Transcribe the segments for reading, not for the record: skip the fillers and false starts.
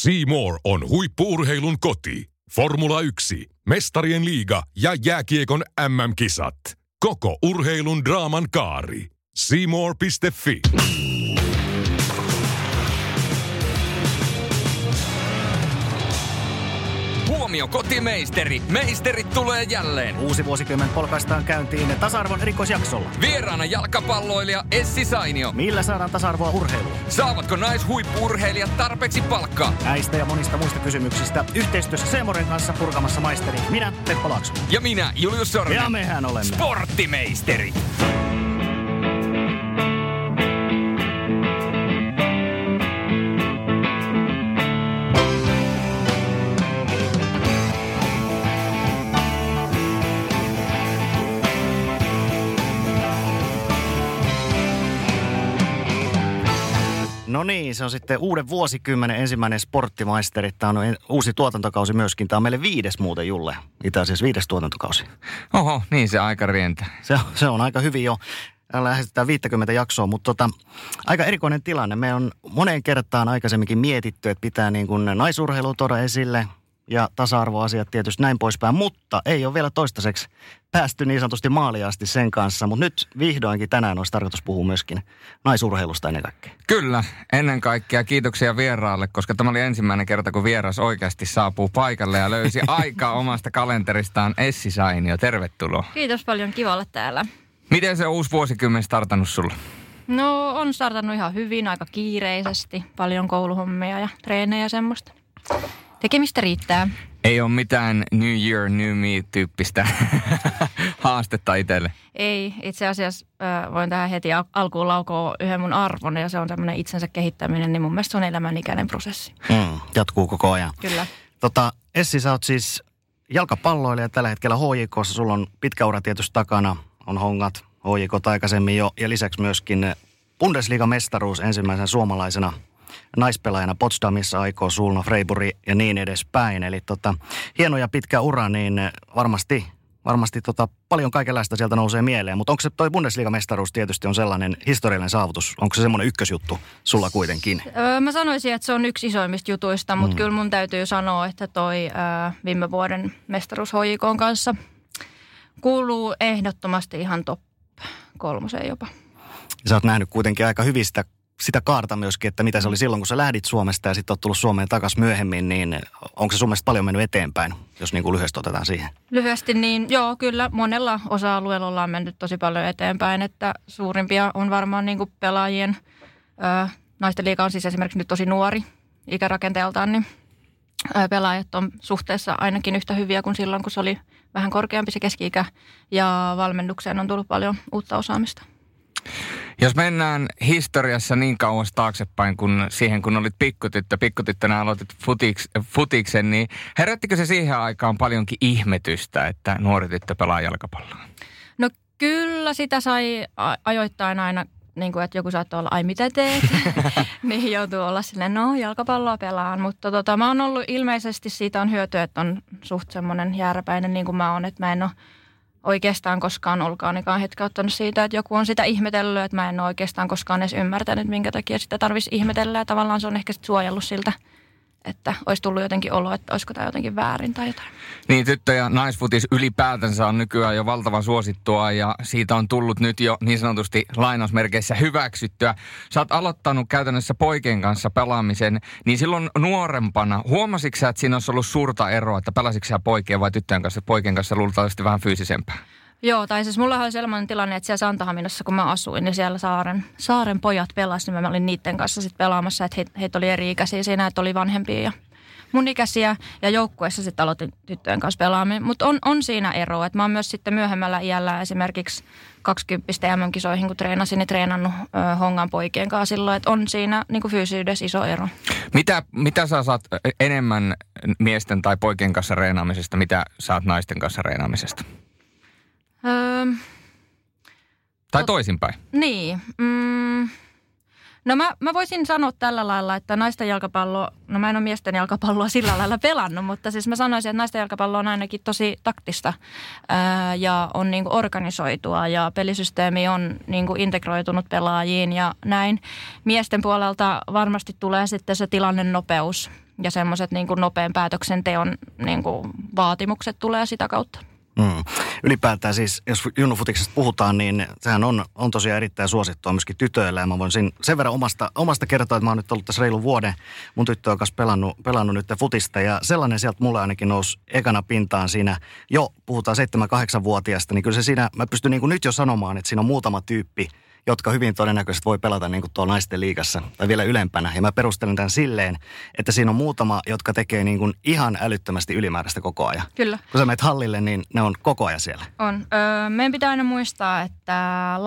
C More on huippu-urheilun koti. Formula 1, Mestarien liiga ja jääkiekon MM-kisat. Koko urheilun draaman kaari. C-more.fi. Huomio kotimeisteri! Meisterit tulee jälleen! Uusi vuosikymmen polkaistaan käyntiin tasa-arvon erikoisjaksolla. Vieraana jalkapalloilija Essi Sainio. Millä saadaan tasa-arvoa urheiluun? Saavatko naishuippu-urheilijat tarpeeksi palkkaa? Näistä ja monista muista kysymyksistä yhteistyössä C-moren kanssa purkamassa maisteri. Minä, Teppo Laakso. Ja minä, Julius Sormen. Ja mehän olemme Sporttimeisterit! No niin, se on sitten uuden vuosikymmenen ensimmäinen Sporttimaisteri. Tämä on uusi tuotantokausi myöskin. Tämä on meille 5. muuten, Julle. Itse asiassa 5. tuotantokausi. Oho, niin se aika rientää. Se on aika hyvin jo. Lähestytään 50 jaksoa, mutta aika erikoinen tilanne. Me on moneen kertaan aikaisemminkin mietitty, että pitää niin kuin naisurheilu tuoda esille ja tasa-arvoasiat tietysti näin poispäin, mutta ei ole vielä toistaiseksi päästy niin sanotusti maaliin asti sen kanssa. Mutta nyt vihdoinkin tänään olisi tarkoitus puhua myöskin naisurheilusta ennen kaikkea. Kyllä, ennen kaikkea kiitoksia vieraalle, koska tämä oli ensimmäinen kerta, kun vieras oikeasti saapuu paikalle ja löysi aikaa omasta kalenteristaan. Essi Sainio, tervetuloa. Kiitos paljon, kiva olla täällä. Miten se uusi vuosikymmen startannut sulla? No on startannut ihan hyvin, aika kiireisesti. Paljon kouluhommia ja treenejä ja semmoista. Tekemistä riittää. Ei ole mitään New Year, New Me-tyyppistä haastetta itselle. Ei, itse asiassa voin tähän heti alkuun laukoa yhden mun arvon ja se on tämmöinen itsensä kehittäminen, niin mun mielestä se on elämänikäinen prosessi. Jatkuu koko ajan. Kyllä. Essi, sä oot siis jalkapalloilija tällä hetkellä HJK:ssa. Sulla on pitkä ura tietysti takana, on hongat HJK aikaisemmin jo ja lisäksi myöskin Bundesliga-mestaruus ensimmäisenä suomalaisena naispelaajana Potsdamissa aikoo Sulno, Freiburg ja niin edespäin. Eli hieno ja pitkä ura, niin varmasti paljon kaikenlaista sieltä nousee mieleen. Mutta onko se toi Bundesliga-mestaruus tietysti on sellainen historiallinen saavutus? Onko se semmoinen ykkösjuttu sulla kuitenkin? Mä sanoisin, että se on yksi isoimmista jutuista, mutta kyllä mun täytyy sanoa, että toi viime vuoden mestaruus HJK:n kanssa kuuluu ehdottomasti ihan top 3 jopa. Sä oot nähnyt kuitenkin aika hyvin sitä kaarta myöskin, että mitä se oli silloin, kun sä lähdit Suomesta ja sitten oot tullut Suomeen takaisin myöhemmin, niin onko se sun mielestä paljon mennyt eteenpäin, jos niin kuin lyhyesti otetaan siihen? Lyhyesti niin, joo, kyllä monella osa-alueella ollaan mennyt tosi paljon eteenpäin, että suurimpia on varmaan niin kuin pelaajien, naisten liiga on siis esimerkiksi nyt tosi nuori ikärakenteeltaan, niin pelaajat on suhteessa ainakin yhtä hyviä kuin silloin, kun se oli vähän korkeampi se keski-ikä ja valmennukseen on tullut paljon uutta osaamista. Jos mennään historiassa niin kauas taaksepäin, kun olit pikkutyttönä aloitit futiksen, niin herättikö se siihen aikaan paljonkin ihmetystä, että nuori tyttö pelaa jalkapalloa? No kyllä sitä sai ajoittain aina, niin kuin, että joku saattoi olla, ai mitä teet? Niin joutuu olla silleen, no jalkapalloa pelaan. Mutta mä oon ollut ilmeisesti, siitä on hyötyä, että on suht semmoinen jääräpäinen niin kuin mä oon, että mä en ole oikeastaan koskaan olkaanikaan hetkeuttanut siitä, että joku on sitä ihmetellyt, että mä en ole oikeastaan koskaan edes ymmärtänyt, minkä takia sitä tarvitsisi ihmetellä. Ja tavallaan se on ehkä sitten suojellut siltä, että olisi tullut jotenkin olo, että olisiko tämä jotenkin väärin tai jotain. Niin, tyttö- ja naisfutis ylipäätänsä on nykyään jo valtavan suosittua ja siitä on tullut nyt jo niin sanotusti lainausmerkeissä hyväksyttyä. Sä oot aloittanut käytännössä poikien kanssa pelaamisen, niin silloin nuorempana, huomasitko sä, että siinä olisi ollut suurta eroa, että pelasitko sä poikien vai tyttöjen kanssa, poikien kanssa luultavasti vähän fyysisempää? Joo, tai siis mulla oli sellainen tilanne, että siellä Santahaminassa, kun mä asuin, niin siellä saaren pojat pelasivat, niin mä olin niiden kanssa sitten pelaamassa, että heitä oli eri ikäisiä siinä, että oli vanhempia ja mun ikäisiä, ja joukkueessa sitten aloitin tyttöjen kanssa pelaaminen. Mutta on siinä eroa, että mä oon myös sitten myöhemmällä iällä esimerkiksi 20 MM-kisoihin, kun treenasin, niin treenannut hongan poikien kanssa silloin, että on siinä niin kuin fyysisyydessä iso ero. Mitä sä saat enemmän miesten tai poikien kanssa reenaamisesta, mitä saat naisten kanssa reenaamisesta? Tai toisinpäin. Niin. No mä voisin sanoa tällä lailla, että naisten jalkapallo, no mä en ole miesten jalkapalloa sillä lailla pelannut, mutta siis mä sanoisin, että naisten jalkapallo on ainakin tosi taktista ja on niinku organisoitua ja pelisysteemi on niinku integroitunut pelaajiin ja näin. Miesten puolelta varmasti tulee sitten se tilannenopeus ja semmoiset niin kuin nopean päätöksenteon niin kuin vaatimukset tulee sitä kautta. Ylipäätään siis, jos junnufutiksesta puhutaan, niin sehän on tosiaan erittäin suosittua myöskin tytöillä. Ja mä voin sen verran omasta kertoa, että mä oon nyt ollut tässä reilun vuoden mun tyttöön kanssa pelannut nyt futista. Ja sellainen sieltä mulle ainakin nousi ekana pintaan siinä, jo puhutaan 7-8-vuotiaasta, niin kyllä se siinä, mä pystyn niin kuin nyt jo sanomaan, että siinä on muutama tyyppi, jotka hyvin todennäköisesti voi pelata niin kuin tuolla naisten liigassa tai vielä ylempänä. Ja mä perustelen tämän silleen, että siinä on muutama, jotka tekee niin kuin ihan älyttömästi ylimääräistä koko ajan. Kyllä. Kun sä menet hallille, niin ne on koko ajan siellä. On. Meidän pitää aina muistaa, että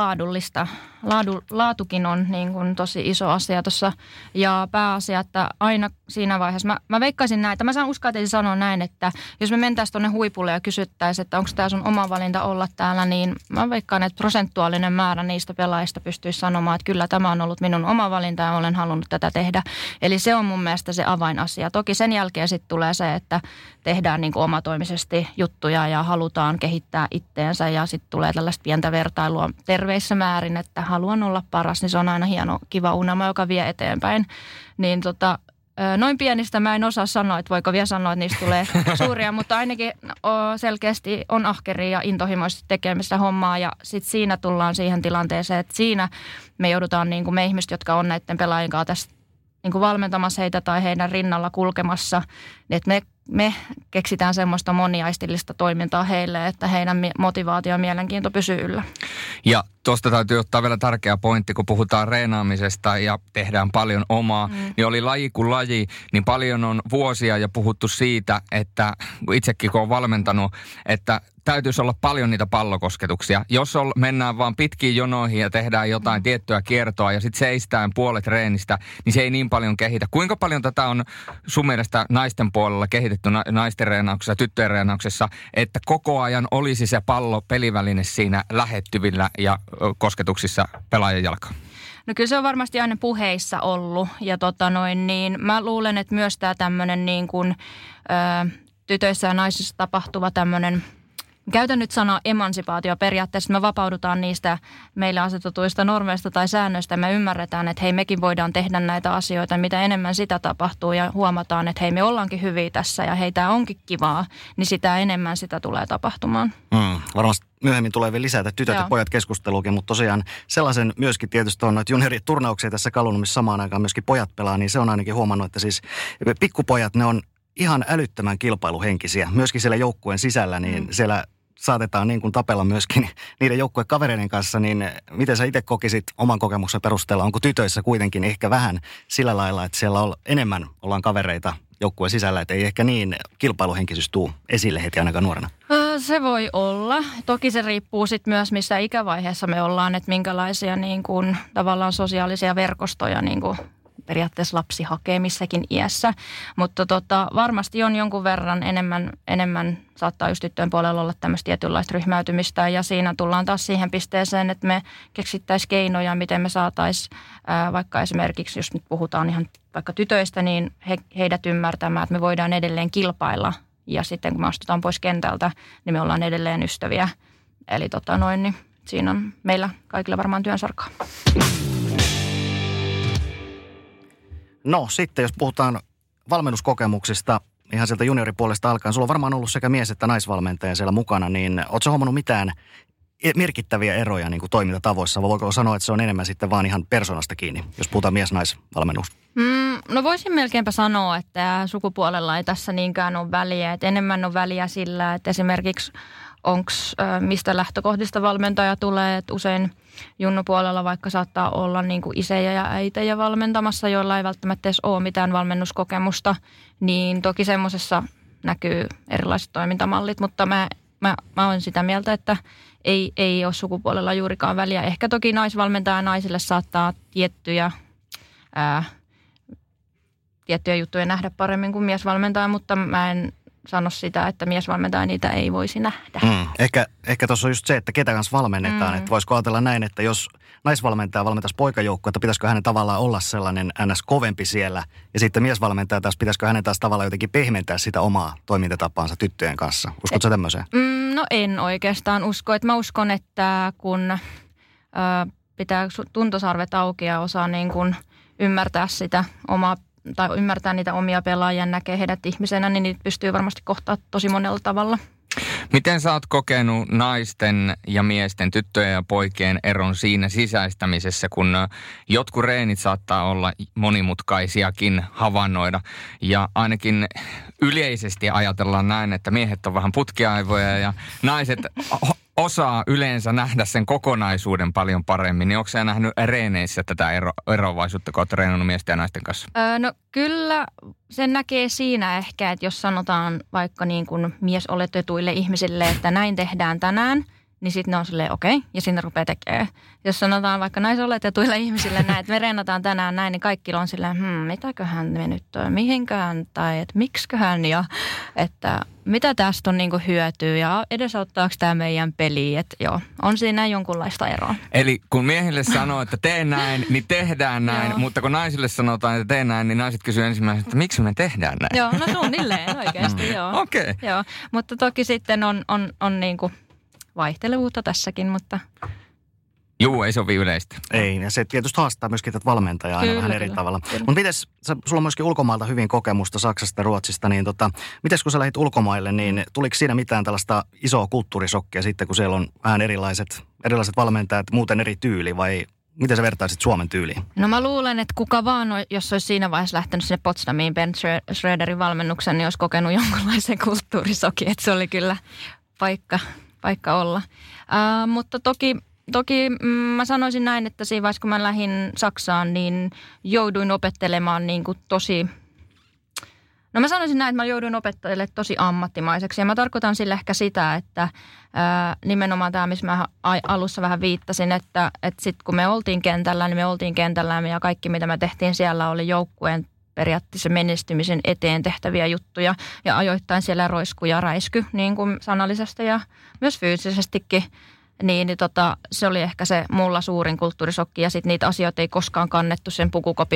laatukin on niin kuin tosi iso asia tuossa. Ja pääasia, että aina siinä vaiheessa, mä veikkaisin näin, että mä uskaltaisin sanoa näin, että jos me mentäisiin tuonne huipulle ja kysyttäisiin, että onko tämä sun oma valinta olla täällä, niin mä veikkaan, että prosentuaalinen määrä niistä pelaajista pystyisi sanomaan, että kyllä tämä on ollut minun oma valinta ja olen halunnut tätä tehdä. Eli se on mun mielestä se avainasia. Toki sen jälkeen sitten tulee se, että tehdään niin kuin omatoimisesti juttuja ja halutaan kehittää itteensä ja sitten tulee tällaista pientä vertailua terveissä määrin, että haluan olla paras, niin se on aina hieno, kiva unelma, joka vie eteenpäin. Niin noin pienistä mä en osaa sanoa, että voiko vielä sanoa, että niistä tulee suuria, mutta ainakin selkeästi on ahkeria ja intohimoisesti tekemistä hommaa ja sitten siinä tullaan siihen tilanteeseen, että siinä me joudutaan niin kuin me ihmiset, jotka on näiden pelaajien kanssa tässä niin kuin valmentamassa heitä tai heidän rinnalla kulkemassa, että me keksitään semmoista moniaistillista toimintaa heille, että heidän motivaatio ja mielenkiinto pysyy yllä. Ja tuosta täytyy ottaa vielä tärkeä pointti, kun puhutaan reenaamisesta ja tehdään paljon omaa. Niin oli laji kuin laji, niin paljon on vuosia ja puhuttu siitä, että itsekin kun olen valmentanut, että täytyisi olla paljon niitä pallokosketuksia. Jos mennään vaan pitkiin jonoihin ja tehdään jotain tiettyä kiertoa ja sitten seistään puolet treenistä, niin se ei niin paljon kehitä. Kuinka paljon tätä on sun mielestä naisten puolella kehitetty naisten reenauksessa, tyttöjen reenauksessa, että koko ajan olisi se pallo peliväline siinä lähettyvillä ja kosketuksissa pelaajan jalkaan? No kyllä se on varmasti aina puheissa ollut ja niin mä luulen, että myös tämä tämmöinen niin kuin tytöissä ja naisissa tapahtuva tämmöinen, käytän nyt sanaa emansipaatio periaatteessa, me vapaudutaan niistä meille asetetuista normeista tai säännöistä. Me ymmärretään, että hei, mekin voidaan tehdä näitä asioita. Mitä enemmän sitä tapahtuu ja huomataan, että hei, me ollaankin hyviä tässä ja hei, tämä onkin kivaa, niin sitä enemmän sitä tulee tapahtumaan. Varmasti myöhemmin tulee vielä lisätä tytöt ja pojat keskusteluukin, mutta tosiaan sellaisen myöskin tietysti on noita junioriturnauksia tässä Kalunut, missä samaan aikaan myöskin pojat pelaa, niin se on ainakin huomannut, että siis pikkupojat, ne on ihan älyttömän kilpailuhenkisiä. Myöskin siellä joukkueen sisällä, niin siellä saatetaan niin kuin tapella myöskin niiden joukkuekavereiden kanssa, niin miten sä itse kokisit oman kokemuksen perusteella? Onko tytöissä kuitenkin ehkä vähän sillä lailla, että siellä enemmän ollaan kavereita joukkueen sisällä, että ei ehkä niin kilpailuhenkisyys tuu esille heti ainakaan nuorena? Se voi olla. Toki se riippuu sitten myös, missä ikävaiheessa me ollaan, että minkälaisia niin kuin, tavallaan sosiaalisia verkostoja niin kuin periaatteessa lapsi hakee missäkin iässä, mutta varmasti on jonkun verran enemmän saattaa just tyttöjen puolella olla tämmöistä tietynlaista ryhmäytymistä ja siinä tullaan taas siihen pisteeseen, että me keksittäisiin keinoja, miten me saataisiin vaikka esimerkiksi, jos nyt puhutaan ihan vaikka tytöistä, niin heidät ymmärtämään, että me voidaan edelleen kilpailla ja sitten kun me astutaan pois kentältä, niin me ollaan edelleen ystäviä. Eli niin siinä on meillä kaikilla varmaan työnsarkaa. No sitten, jos puhutaan valmennuskokemuksista ihan sieltä junioripuolesta alkaen, sulla on varmaan ollut sekä mies- että naisvalmentaja siellä mukana, niin ootko huomannut mitään merkittäviä eroja niin kuin toimintatavoissa? Vai voiko sanoa, että se on enemmän sitten vaan ihan persoonasta kiinni, jos puhutaan mies-naisvalmennusta? No voisin melkeinpä sanoa, että sukupuolella ei tässä niinkään ole väliä. Että enemmän on väliä sillä, että esimerkiksi mistä lähtökohdista valmentaja tulee. Että usein junnupuolella vaikka saattaa olla niin kuin isejä ja äitejä valmentamassa, joilla ei välttämättä edes ole mitään valmennuskokemusta. Niin toki semmoisessa näkyy erilaiset toimintamallit, mutta mä olen sitä mieltä, että ei ole sukupuolella juurikaan väliä. Ehkä toki naisvalmentaja naisille saattaa tiettyjä juttuja nähdä paremmin kuin miesvalmentaja, mutta mä en sano sitä, että miesvalmentaja niitä ei voisi nähdä. Ehkä tuossa on just se, että ketä kanssa valmennetaan. Että voisiko ajatella näin, että jos naisvalmentaja valmentaisi poikajoukkoa, että pitäisikö hänen tavallaan olla sellainen ns. Kovempi siellä. Ja sitten miesvalmentaja taas, pitäisikö hänen taas tavallaan jotenkin pehmentää sitä omaa toimintatapaansa tyttöjen kanssa. Uskotko sä tämmöiseen? No en oikeastaan usko. Mä uskon, että kun pitää tuntosarvet auki ja osaa niin kuin ymmärtää sitä tai ymmärtää niitä omia pelaajia, näkee heidät ihmisenä, niin niitä pystyy varmasti kohtaamaan tosi monella tavalla. Miten sä oot kokenut naisten ja miesten, tyttöjen ja poikien eron siinä sisäistämisessä, kun jotkut reenit saattaa olla monimutkaisiakin havainnoida. Ja ainakin yleisesti ajatellaan näin, että miehet on vähän putkiaivoja ja naiset osaa yleensä nähdä sen kokonaisuuden paljon paremmin. Niin onko sä nähnyt reeneissä tätä eroavaisuutta, kun oot treenannut miesten ja naisten kanssa? No kyllä sen näkee siinä ehkä, että jos sanotaan vaikka niin kuin miesoletetuille ihmisille, että näin tehdään tänään, niin sitten ne on silleen okei, ja sinne rupeaa tekemään. Jos sanotaan vaikka naisoletetuille ihmisille näin, että me reenataan tänään näin, niin kaikki on silleen, mitäköhän me nyt on, mihinkään, tai että miksiköhän, ja että mitä tästä on niinku hyötyä, ja edesauttaako tämä meidän peli, että joo, on siinä jonkunlaista eroa. Eli kun miehille sanoo, että tee näin, niin tehdään näin, mutta kun naisille sanotaan, että tee näin, niin naiset kysyy ensimmäisenä, että miksi me tehdään näin? Joo, no suunnilleen oikeasti, joo. Okei. Joo, mutta toki sitten on niinku vaihtelevuutta tässäkin, mutta Juu, ei sovi yleistä. Ei, ja se tietysti haastaa myöskin tätä valmentajaa aina vähän eri tavalla. Mutta mites, sulla on myöskin ulkomailta hyvin kokemusta, Saksasta ja Ruotsista, niin mites kun sä lähdit ulkomaille, niin tuliko siinä mitään tällaista isoa kulttuurisokkia sitten, kun siellä on vähän erilaiset valmentajat, muuten eri tyyli, vai miten sä vertaisit Suomen tyyliin? No mä luulen, että kuka vaan, jos olisi siinä vaiheessa lähtenyt sinne Potsdamiin Ben Schröderin valmennuksen, niin olisi kokenut jonkunlaisen kulttuurisokin, että se oli kyllä paikka olla. Mutta toki mä sanoisin näin, että siinä vaiheessa, kun mä lähdin Saksaan, niin jouduin opettelemaan niin kuin tosi... No mä sanoisin näin, että mä jouduin opettelemaan tosi ammattimaiseksi. Ja mä tarkoitan sille ehkä sitä, että nimenomaan tämä, missä mä alussa vähän viittasin, että sitten kun me oltiin kentällä, niin me oltiin kentällä ja kaikki, mitä me tehtiin siellä, oli joukkueen periaatteessa menestymisen eteen tehtäviä juttuja. Ja ajoittain siellä roisku ja räisky, niin kuin sanallisesti ja myös fyysisestikin. Niin se oli ehkä se mulla suurin kulttuurisokki, ja sitten niitä asioita ei koskaan kannettu sen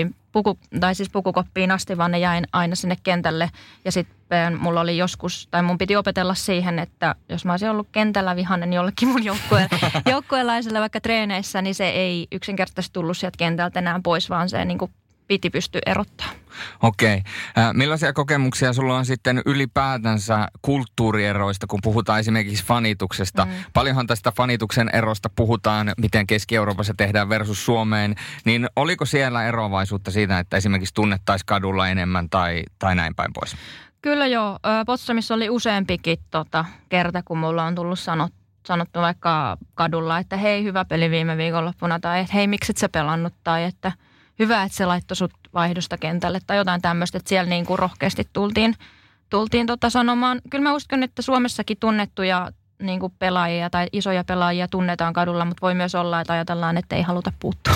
pukukoppiin asti, vaan ne jäin aina sinne kentälle. Ja sitten mulla oli mun piti opetella siihen, että jos mä olisin ollut kentällä vihainen jollekin mun joukkueelaiselle vaikka treeneissä, niin se ei yksinkertaisesti tullut sieltä kentältä enää pois, vaan se niin kuin piti pystyä erottaa. Okei. Millaisia kokemuksia sulla on sitten ylipäätänsä kulttuurieroista, kun puhutaan esimerkiksi fanituksesta? Paljonhan tästä fanituksen erosta puhutaan, miten Keski-Euroopassa tehdään versus Suomeen. Niin oliko siellä eroavaisuutta siitä, että esimerkiksi tunnettaisiin kadulla enemmän tai näin päin pois? Kyllä joo. Potsdamissa oli useampikin kerta, kun mulla on tullut sanottu vaikka kadulla, että hei, hyvä peli viime viikonloppuna, tai että hei, miksi et sä pelannut, tai että hyvä, että se laittoi sut vaihdosta kentälle tai jotain tämmöistä, että siellä niin kuin rohkeasti tultiin sanomaan. Kyllä mä uskon, että Suomessakin tunnettuja niin kuin pelaajia tai isoja pelaajia tunnetaan kadulla, mutta voi myös olla, että ajatellaan, että ei haluta puuttua.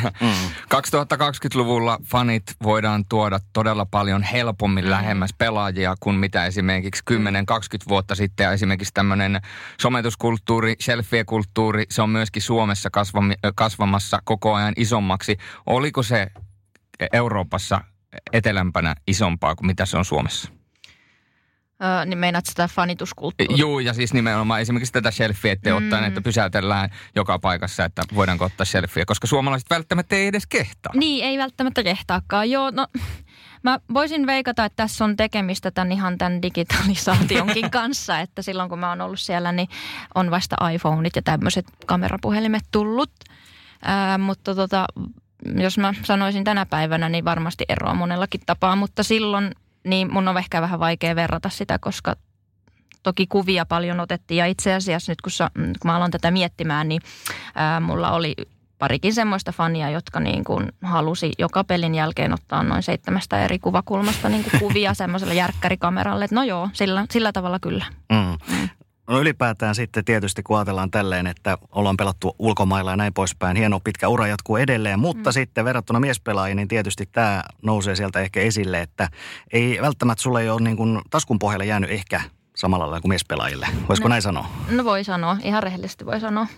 2020-luvulla fanit voidaan tuoda todella paljon helpommin lähemmäs pelaajia kuin mitä esimerkiksi 10-20 vuotta sitten. Ja esimerkiksi tämmöinen sometuskulttuuri, selfie-kulttuuri, se on myöskin Suomessa kasvamassa koko ajan isommaksi. Oliko se Euroopassa etelämpänä isompaa kuin mitä se on Suomessa? Niin meinaat sitä fanituskulttuuria? Joo, ja siis nimenomaan esimerkiksi tätä selfie, ettei ottaen, että pysäytellään joka paikassa, että voidaanko ottaa selfie, koska suomalaiset välttämättä ei edes kehtaa. Niin, ei välttämättä kehtaakaan. Joo, no mä voisin veikata, että tässä on tekemistä tämän digitalisaationkin kanssa, että silloin kun mä oon ollut siellä, niin on vasta iPhoneit ja tämmöiset kamerapuhelimet tullut. Mutta jos mä sanoisin tänä päivänä, niin varmasti eroa monellakin tapaa, mutta silloin niin mun on ehkä vähän vaikea verrata sitä, koska toki kuvia paljon otettiin. Ja itse asiassa nyt kun mä aloin tätä miettimään, niin mulla oli parikin semmoista fania, jotka niin kuin halusi joka pelin jälkeen ottaa noin 7 eri kuvakulmasta niin kuin kuvia semmoiselle järkkärikameralle. Että no joo, sillä tavalla kyllä. No ylipäätään sitten tietysti kun ajatellaan tälleen, että ollaan pelattu ulkomailla ja näin poispäin, hieno pitkä ura jatkuu edelleen, mutta sitten verrattuna miespelaajiin, niin tietysti tämä nousee sieltä ehkä esille, että ei välttämättä sulle ei ole niin kuin taskun pohjalle jäänyt ehkä samalla lailla kuin miespelaajille. Voisiko näin sanoa? No voi sanoa, ihan rehellisesti voi sanoa.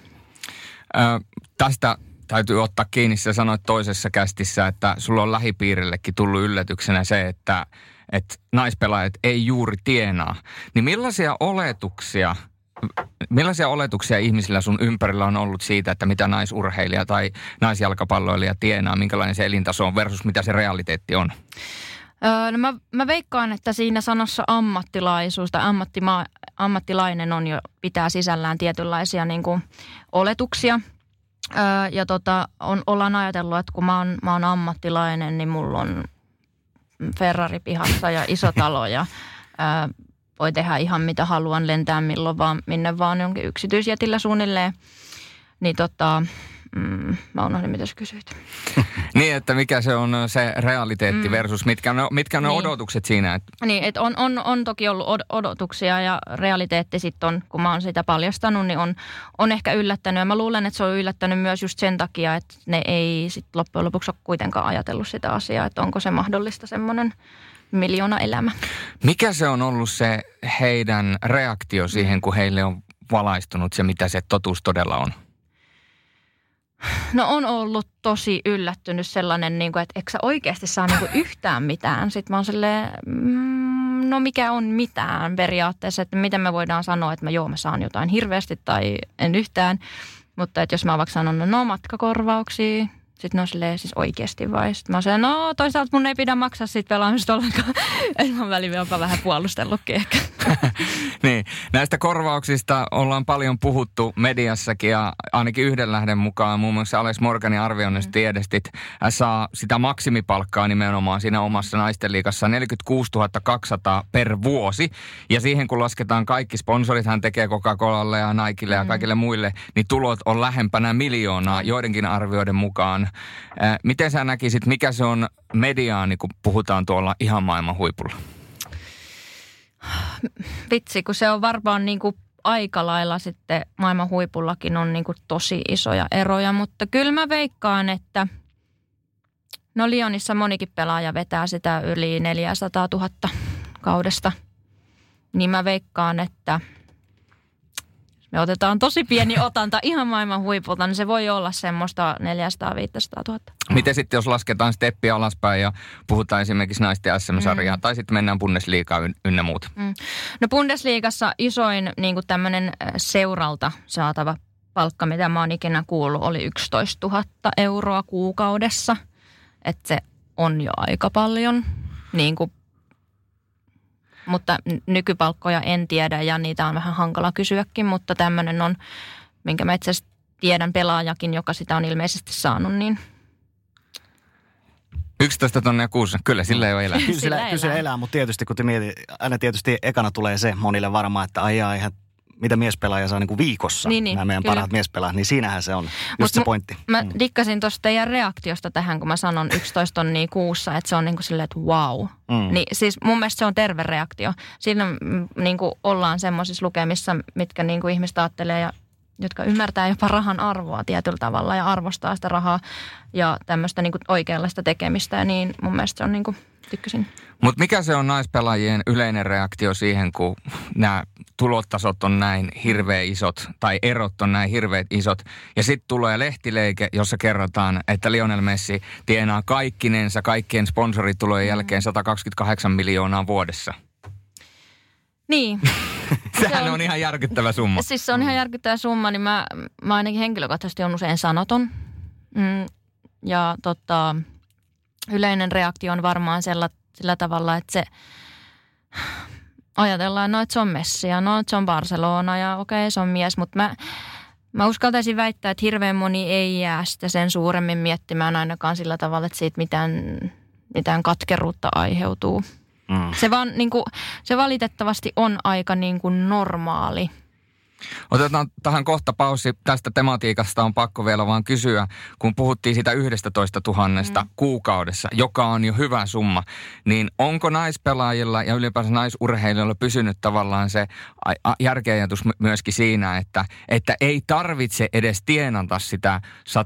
Tästä täytyy ottaa kiinni, sä sanoit toisessa kästissä, että sulla on lähipiirillekin tullut yllätyksenä se, että naispelaajat ei juuri tienaa. Niin millaisia oletuksia millaisia oletuksia ihmisillä sun ympärillä on ollut siitä, että mitä naisurheilija tai naisjalkapalloilija tienaa, minkälainen se elintaso on versus mitä se realiteetti on? No mä veikkaan, että siinä sanassa ammattilaisuus tai ammattilainen on jo pitää sisällään tietynlaisia niin kuin oletuksia. Ja ollaan ajatellut, että kun mä oon ammattilainen, niin mulla on Ferrari pihassa ja iso talo ja voi tehdä ihan mitä haluan, lentää milloin vaan, minne vaan jonkin yksityisjetillä suunnilleen. Niin mä unohdin, mitä sä kysyit. Niin, että mikä se on se realiteetti versus mitkä on ne odotukset siinä? Että... Niin, että on toki ollut odotuksia ja realiteetti sitten on, kun mä oon sitä paljastanut, niin on ehkä yllättänyt. Ja mä luulen, että se on yllättänyt myös just sen takia, että ne ei sitten loppujen lopuksi ole kuitenkaan ajatellut sitä asiaa, että onko se mahdollista semmoinen miljoona elämä. Mikä se on ollut se heidän reaktio siihen, kun heille on valaistunut se, mitä se totuus todella on? No on ollut tosi yllättynyt sellainen, että eikö sä oikeasti saa yhtään mitään. Sitten mä oon silleen, no mikä on mitään periaatteessa, että miten me voidaan sanoa, että mä saan jotain hirveästi tai en yhtään. Mutta että jos mä vaikka sanon, no matkakorvauksia, sitten ne on silleen siis oikeasti vai? Sitten mä oon silleen, no toisaalta mun ei pidä maksaa siitä pelaamista ollenkaan. Että mä oon välillä jopa vähän puolustellutkin ehkä. Niin, näistä korvauksista ollaan paljon puhuttu mediassakin ja ainakin yhden lähden mukaan, muun muassa Alex Morganin arvioinnista tiedestit, saa sitä maksimipalkkaa nimenomaan siinä omassa naisten liigassa 46 200 per vuosi. Ja siihen kun lasketaan kaikki sponsorit, hän tekee Coca-Colalle ja Nikelle ja kaikille muille, niin tulot on lähempänä miljoonaa joidenkin arvioiden mukaan. Miten sä näkisit, mikä se on mediaani, kun puhutaan tuolla ihan maailman huipulla? Vitsi, kun se on varmaan aika lailla sitten maailman huipullakin on tosi isoja eroja, mutta kyllä mä veikkaan, että no Lyonissa monikin pelaaja vetää sitä yli 400 000 kaudesta, niin mä veikkaan, että me otetaan tosi pieni otanta ihan maailman huipulta, niin se voi olla semmoista 400-500 000. Miten sitten, jos lasketaan steppiä alaspäin ja puhutaan esimerkiksi naisten SM-sarjaa, tai sitten mennään Bundesliigaan ynnä muuta? No Bundesliigassa isoin tämmöinen seuralta saatava palkka, mitä mä oon ikinä kuullut, oli 11 000 euroa kuukaudessa. Että se on jo aika paljon, mutta nykypalkkoja en tiedä ja niitä on vähän hankala kysyäkin, mutta tämmöinen on, minkä mä itse asiassa tiedän pelaajakin, joka sitä on ilmeisesti saanut, niin 11 000 kuussa, kyllä sillä ei ole elää. Kyllä sillä elää, mutta tietysti kun te mietit, aina tietysti ekana tulee se monille varmaan, että ihan mitä miespelaaja saa viikossa, nämä meidän parhaat miespelaajat, niin siinähän se on just se pointti. Mä dikkasin tuosta teidän reaktiosta tähän, kun mä sanon 11 000 kuussa, että se on silleen, että wow. Niin siis mun mielestä se on terve reaktio. Siinä ollaan semmoisissa lukemissa, mitkä ihmiset ajattelee ja jotka ymmärtää jopa rahan arvoa tietyllä tavalla ja arvostaa sitä rahaa ja tämmöistä oikeanlaista tekemistä. Ja niin mun mielestä se on tykkäsin. Mutta mikä se on naispelaajien yleinen reaktio siihen, kun nämä tulotasot on näin hirveän isot tai erot on näin hirveät isot. Ja sitten tulee lehtileike, jossa kerrotaan, että Lionel Messi tienaa kaikkinensa kaikkien sponsoritulojen jälkeen 128 miljoonaa vuodessa. Niin. Sehän on ihan järkyttävä summa. Siis se on ihan järkyttävä summa, niin mä ainakin henkilökohtaisesti on usein sanoton. Ja yleinen reaktio on varmaan sillä tavalla, että se ajatellaan, että se on Messi ja että se on Barcelona ja okei, se on mies, mutta mä uskaltaisin väittää, että hirveän moni ei jää sitä sen suuremmin miettimään ainakaan sillä tavalla, että siitä mitään katkeruutta aiheutuu. Se vaan se valitettavasti on aika normaali. Otetaan tähän kohta paussi. Tästä tematiikasta on pakko vielä vaan kysyä, kun puhuttiin siitä 11 000 kuukaudessa, joka on jo hyvä summa, niin onko naispelaajilla ja ylipäänsä naisurheilijoilla pysynyt tavallaan se järkeajatus myöskin siinä, että ei tarvitse edes tienata sitä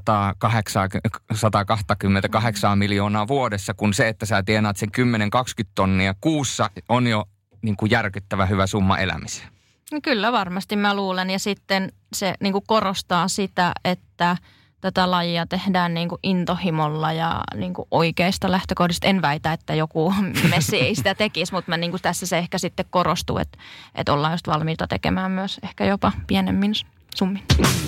128 miljoonaa vuodessa, kun se, että sä tienaat sen 10-20 tonnia kuussa on jo järkyttävä hyvä summa elämiseen. Niin kyllä varmasti mä luulen ja sitten se korostaa sitä, että tätä lajia tehdään niin kuin intohimolla ja niin kuin oikeista lähtökohdista. En väitä, että joku Messi ei sitä tekisi, mutta niin kuin tässä se ehkä sitten korostuu, että ollaan just valmiita tekemään myös ehkä jopa pienemmin summin.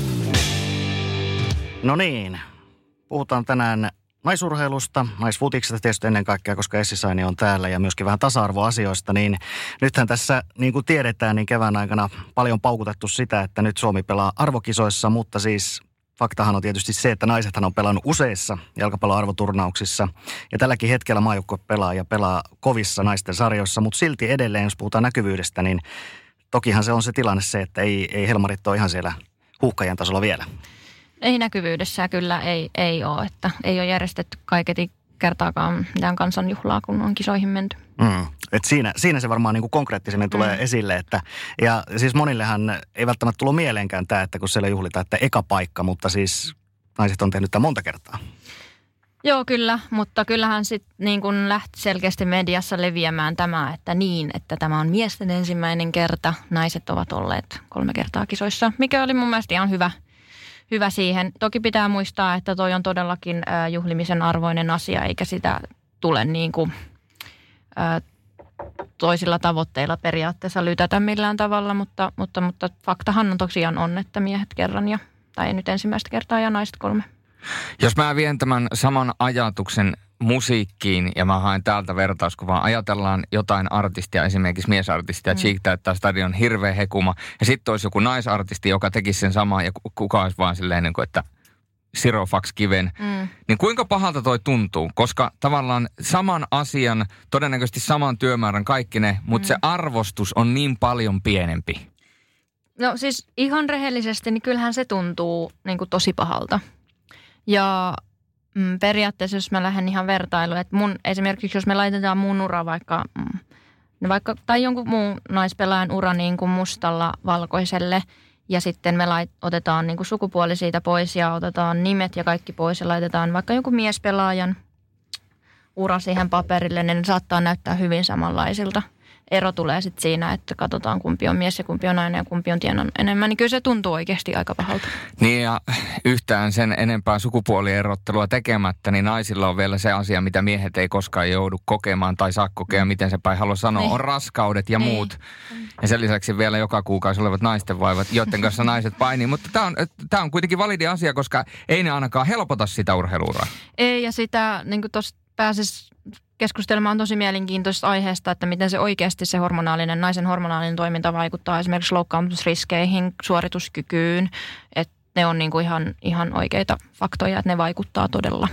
No niin, puhutaan tänään naisurheilusta, naisfutiksesta tietysti ennen kaikkea, koska Essi Saini on täällä ja myöskin vähän tasa-arvoasioista, niin nythän tässä, niin kuin tiedetään, niin kevään aikana paljon paukutettu sitä, että nyt Suomi pelaa arvokisoissa, mutta siis faktahan on tietysti se, että naisethan on pelannut useissa jalkapalloarvoturnauksissa ja tälläkin hetkellä maajoukkue pelaa kovissa naisten sarjoissa, mutta silti edelleen, jos puhutaan näkyvyydestä, niin tokihan se on se tilanne se, että ei helmarit ole ihan siellä huuhkajien tasolla vielä. Ei näkyvyydessä kyllä ei ole, että ei ole järjestetty kaiketi kertaakaan mitään kansanjuhlaa, kun on kisoihin menty. Et siinä se varmaan niin kuin konkreettisemmin tulee esille, että ja siis monillehan ei välttämättä tullut mieleenkään tämä, että kun siellä juhlitaan, että eka paikka, mutta siis naiset on tehnyt tämän monta kertaa. Joo, kyllä, mutta kyllähän sitten niin kun lähti selkeästi mediassa leviämään tämä, että tämä on miesten ensimmäinen kerta. Naiset ovat olleet 3 kertaa kisoissa, mikä oli mun mielestä ihan hyvä siihen. Toki pitää muistaa, että toi on todellakin juhlimisen arvoinen asia, eikä sitä tule niin kuin toisilla tavoitteilla periaatteessa lytätä millään tavalla, mutta faktahan on tosiaan on, että miehet kerran tai nyt ensimmäistä kertaa ja naiset 3. Jos mä vien tämän saman ajatuksen musiikkiin ja mä haen täältä vertauskuvaa, ajatellaan jotain artistia, esimerkiksi miesartistia, Cheek Täyttää Stadion, hirveä hekuma, ja sitten olisi joku naisartisti, joka tekisi sen samaa ja kuka olisi vaan silleen, niin kuin, että Zero fucks given. Niin kuinka pahalta toi tuntuu? Koska tavallaan saman asian, todennäköisesti saman työmäärän kaikki ne, mutta se arvostus on niin paljon pienempi. No siis ihan rehellisesti, niin kyllähän se tuntuu niin kuin tosi pahalta. Ja periaatteessa, jos mä lähden ihan vertailuun, että esimerkiksi jos me laitetaan mun ura vaikka tai jonkun muun naispelaajan ura niin kuin mustalla valkoiselle ja sitten me otetaan niin kuin sukupuoli siitä pois ja otetaan nimet ja kaikki pois ja laitetaan vaikka jonkun miespelaajan ura siihen paperille, niin ne saattaa näyttää hyvin samanlaisilta. Ero tulee sitten siinä, että katsotaan kumpi on mies ja kumpi on nainen ja kumpi on tienannut enemmän, niin kyllä se tuntuu oikeasti aika pahalta. Niin ja yhtään sen enempää sukupuolierottelua tekemättä, niin naisilla on vielä se asia, mitä miehet ei koskaan joudu kokemaan tai saa kokea, miten se päin haluaa sanoa, on raskaudet ja muut. Ja sen lisäksi vielä joka kuukausi olevat naisten vaivat, joiden kanssa naiset painii. Mutta tämä on kuitenkin validi asia, koska ei ne ainakaan helpota sitä urheiluuraa. Ei ja sitä niin kuin tuossa pääsisi keskustelemaan tosi mielenkiintoisesta aiheesta, että miten se oikeasti se naisen hormonaalinen toiminta vaikuttaa esimerkiksi loukkaantumisriskeihin, suorituskykyyn. Että ne on niin kuin ihan oikeita faktoja, että ne vaikuttaa todella.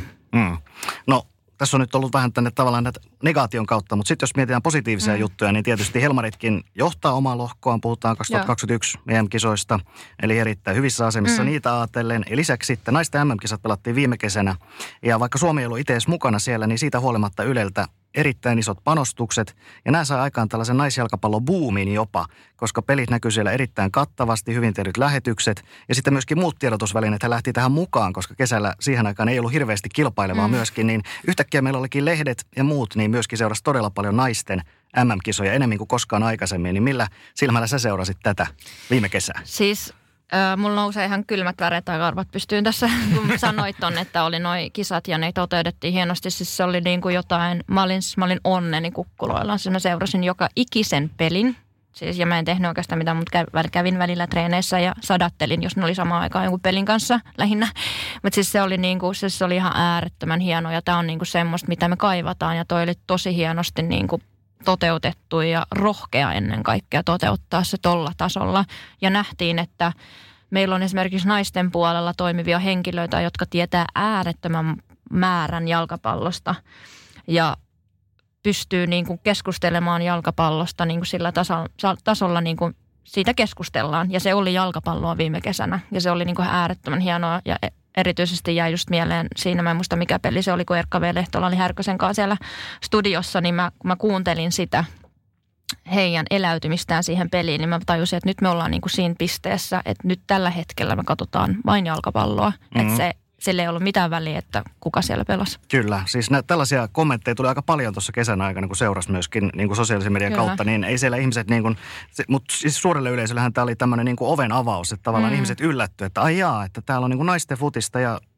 No tässä on nyt ollut vähän tänne tavallaan näitä negaation kautta, mutta sitten jos mietitään positiivisia juttuja, niin tietysti Helmaritkin johtaa omaa lohkoaan. Puhutaan 2021 EM-kisoista, eli erittäin hyvissä asemissa niitä ajatellen. Ja lisäksi sitten naisten MM-kisat pelattiin viime kesänä. Ja vaikka Suomi ei ollut itse edes mukana siellä, niin siitä huolimatta Yleltä erittäin isot panostukset. Ja nämä sai aikaan tällaisen naisjalkapalloboomin jopa, koska pelit näkyy siellä erittäin kattavasti, hyvin tehdyt lähetykset. Ja sitten myöskin muut tiedotusvälineet lähti tähän mukaan, koska kesällä siihen aikaan ei ollut hirveästi kilpailevaa myöskin. Niin yhtäkkiä meillä olikin lehdet ja muut, niin myöskin seurasi todella paljon naisten MM-kisoja enemmän kuin koskaan aikaisemmin. Niin millä silmällä sä seurasit tätä viime kesää? Siis mulla nousee ihan kylmät väreet tai karvat pystyyn tässä, kun sanoit ton, että oli noi kisat ja ne toteutettiin hienosti. Siis se oli niin kuin jotain, mä olin onneni kukkuloilla. Siis mä seurasin joka ikisen pelin. Siis, ja mä en tehnyt oikeastaan mitään, mutta kävin välillä treeneissä ja sadattelin, jos ne oli samaan aikaan jonkun pelin kanssa lähinnä. Mutta siis se oli, niinku, se oli ihan äärettömän hieno ja tää on niinku semmoista, mitä me kaivataan. Ja toi oli tosi hienosti niinku toteutettu ja rohkea ennen kaikkea toteuttaa se tolla tasolla. Ja nähtiin, että meillä on esimerkiksi naisten puolella toimivia henkilöitä, jotka tietää äärettömän määrän jalkapallosta ja pystyy niin kuin keskustelemaan jalkapallosta niin kuin sillä tasolla niin kuin siitä keskustellaan. Ja se oli jalkapalloa viime kesänä ja se oli niin kuin äärettömän hienoa ja erityisesti jäi just mieleen siinä, mä en muista mikä peli se oli, kun Erkka V. Lehtola oli Härkösen kanssa siellä studiossa, niin kun mä kuuntelin sitä heidän eläytymistään siihen peliin, niin mä tajusin, että nyt me ollaan niin kuin siinä pisteessä, että nyt tällä hetkellä me katsotaan vain jalkapalloa, että sillä ei ollut mitään väliä, että kuka siellä pelasi. Kyllä, siis tällaisia kommentteja tuli aika paljon tuossa kesän aikana, kun seurasi myöskin niin kuin sosiaalisen median kautta, niin ei siellä ihmiset niin kuin, mutta siis suurelle yleisöllähän tämä oli tämmöinen niin kuin oven avaus, että tavallaan ihmiset yllätty, että ai jaa, että täällä on niin kuin naisten futista ja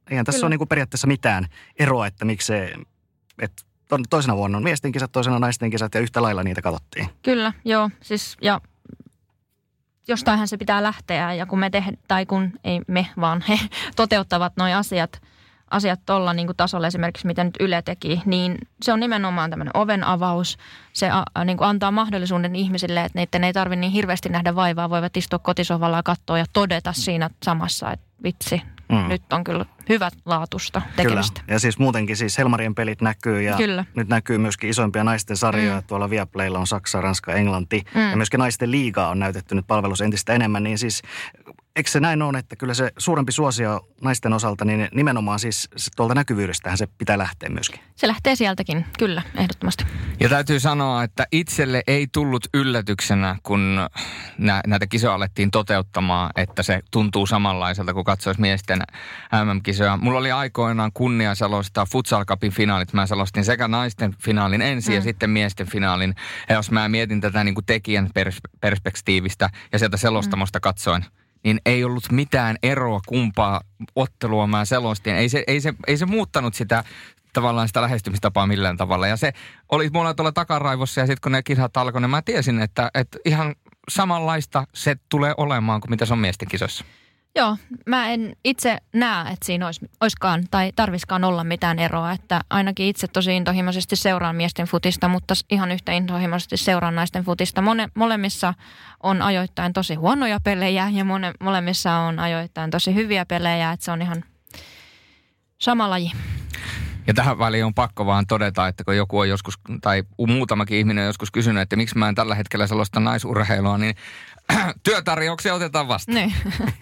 Eihän tässä Kyllä. ole niin kuin periaatteessa mitään eroa, että miksi se, että toisena vuonna on miesten kisat, toisena naisten kisat ja yhtä lailla niitä katsottiin. Kyllä, joo. Siis, ja jostainhan se pitää lähteä ja kun me tai kun ei me, vaan he toteuttavat nuo asiat tuolla niin kuin tasolla esimerkiksi, mitä nyt Yle teki, niin se on nimenomaan tämmöinen oven avaus. Se niin kuin antaa mahdollisuuden ihmisille, että niiden ei tarvitse niin hirveästi nähdä vaivaa, voivat istua kotisohvalla ja katsoa ja todeta siinä samassa, että vitsi, nyt on kyllä hyvät laatusta tekemistä. Kyllä, ja siis muutenkin siis Helmarien pelit näkyy ja Kyllä. nyt näkyy myöskin isompia naisten sarjoja. Tuolla Viaplaylla on Saksa, Ranska, Englanti ja myöskin naisten liigaa on näytetty nyt palvelussa entistä enemmän, niin siis eikö se näin ole, että kyllä se suurempi suosio naisten osalta, niin nimenomaan siis tuolta näkyvyydestähän se pitää lähteä myöskin. Se lähtee sieltäkin, kyllä, ehdottomasti. Ja täytyy sanoa, että itselle ei tullut yllätyksenä, kun näitä kisoja alettiin toteuttamaan, että se tuntuu samanlaiselta, kun katsoisi miesten MM-kisoja. Mulla oli aikoinaan kunnia selostaa Futsal Cupin finaalit. Mä selostin sekä naisten finaalin ensin ja sitten miesten finaalin. Ja jos mä mietin tätä niin kuin tekijän perspektiivistä ja sieltä selostamosta katsoin, niin ei ollut mitään eroa kumpaa ottelua mä selostin. Ei se muuttanut sitä tavallaan sitä lähestymistapaa millään tavalla. Ja se oli mulla tuolla takaraivossa ja sitten kun ne kisat alkoi, niin mä tiesin, että ihan samanlaista se tulee olemaan kuin mitä se on miesten kisoissa. Joo, mä en itse näe, että siinä olisikaan tai tarviskaan olla mitään eroa, että ainakin itse tosi intohimoisesti seuraan miesten futista, mutta ihan yhtä intohimoisesti seuraan naisten futista. Molemmissa on ajoittain tosi huonoja pelejä ja molemmissa on ajoittain tosi hyviä pelejä, että se on ihan sama laji. Ja tähän väliin on pakko vaan todeta, että kun joku on joskus, tai muutamakin ihminen on joskus kysynyt, että miksi mä en tällä hetkellä selosta naisurheilua, niin työtarjouksia otetaan vastaan. Niin.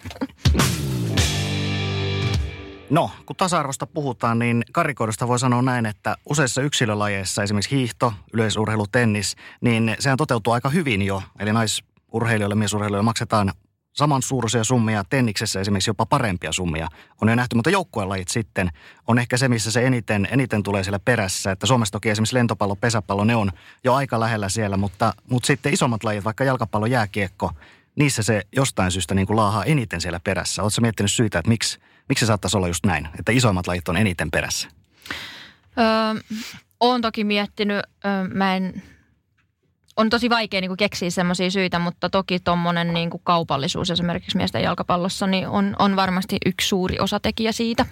No, kun tasa-arvosta puhutaan, niin karikoidusta voi sanoa näin, että useissa yksilölajeissa, esimerkiksi hiihto, yleisurheilu, tennis, niin sehän toteutuu aika hyvin jo. Eli naisurheilijoille, miesurheilijoille maksetaan samansuuruisia summia, tenniksessä esimerkiksi jopa parempia summia. On jo nähty, mutta joukkuelajit sitten on ehkä se, missä se eniten tulee siellä perässä. Että Suomessa toki esimerkiksi lentopallo, pesäpallo, ne on jo aika lähellä siellä, mutta sitten isommat lajit, vaikka jalkapallo, jääkiekko, niissä se jostain syystä niin kuin laahaa eniten siellä perässä. Oletko miettinyt syitä, että miksi se saattaisi olla just näin, että isoimmat lajit on eniten perässä? Olen toki miettinyt, on tosi vaikea niin kuin keksiä semmoisia syitä, mutta toki tuommoinen niin kuin kaupallisuus esimerkiksi miesten jalkapallossa niin on varmasti yksi suuri osatekijä siitä.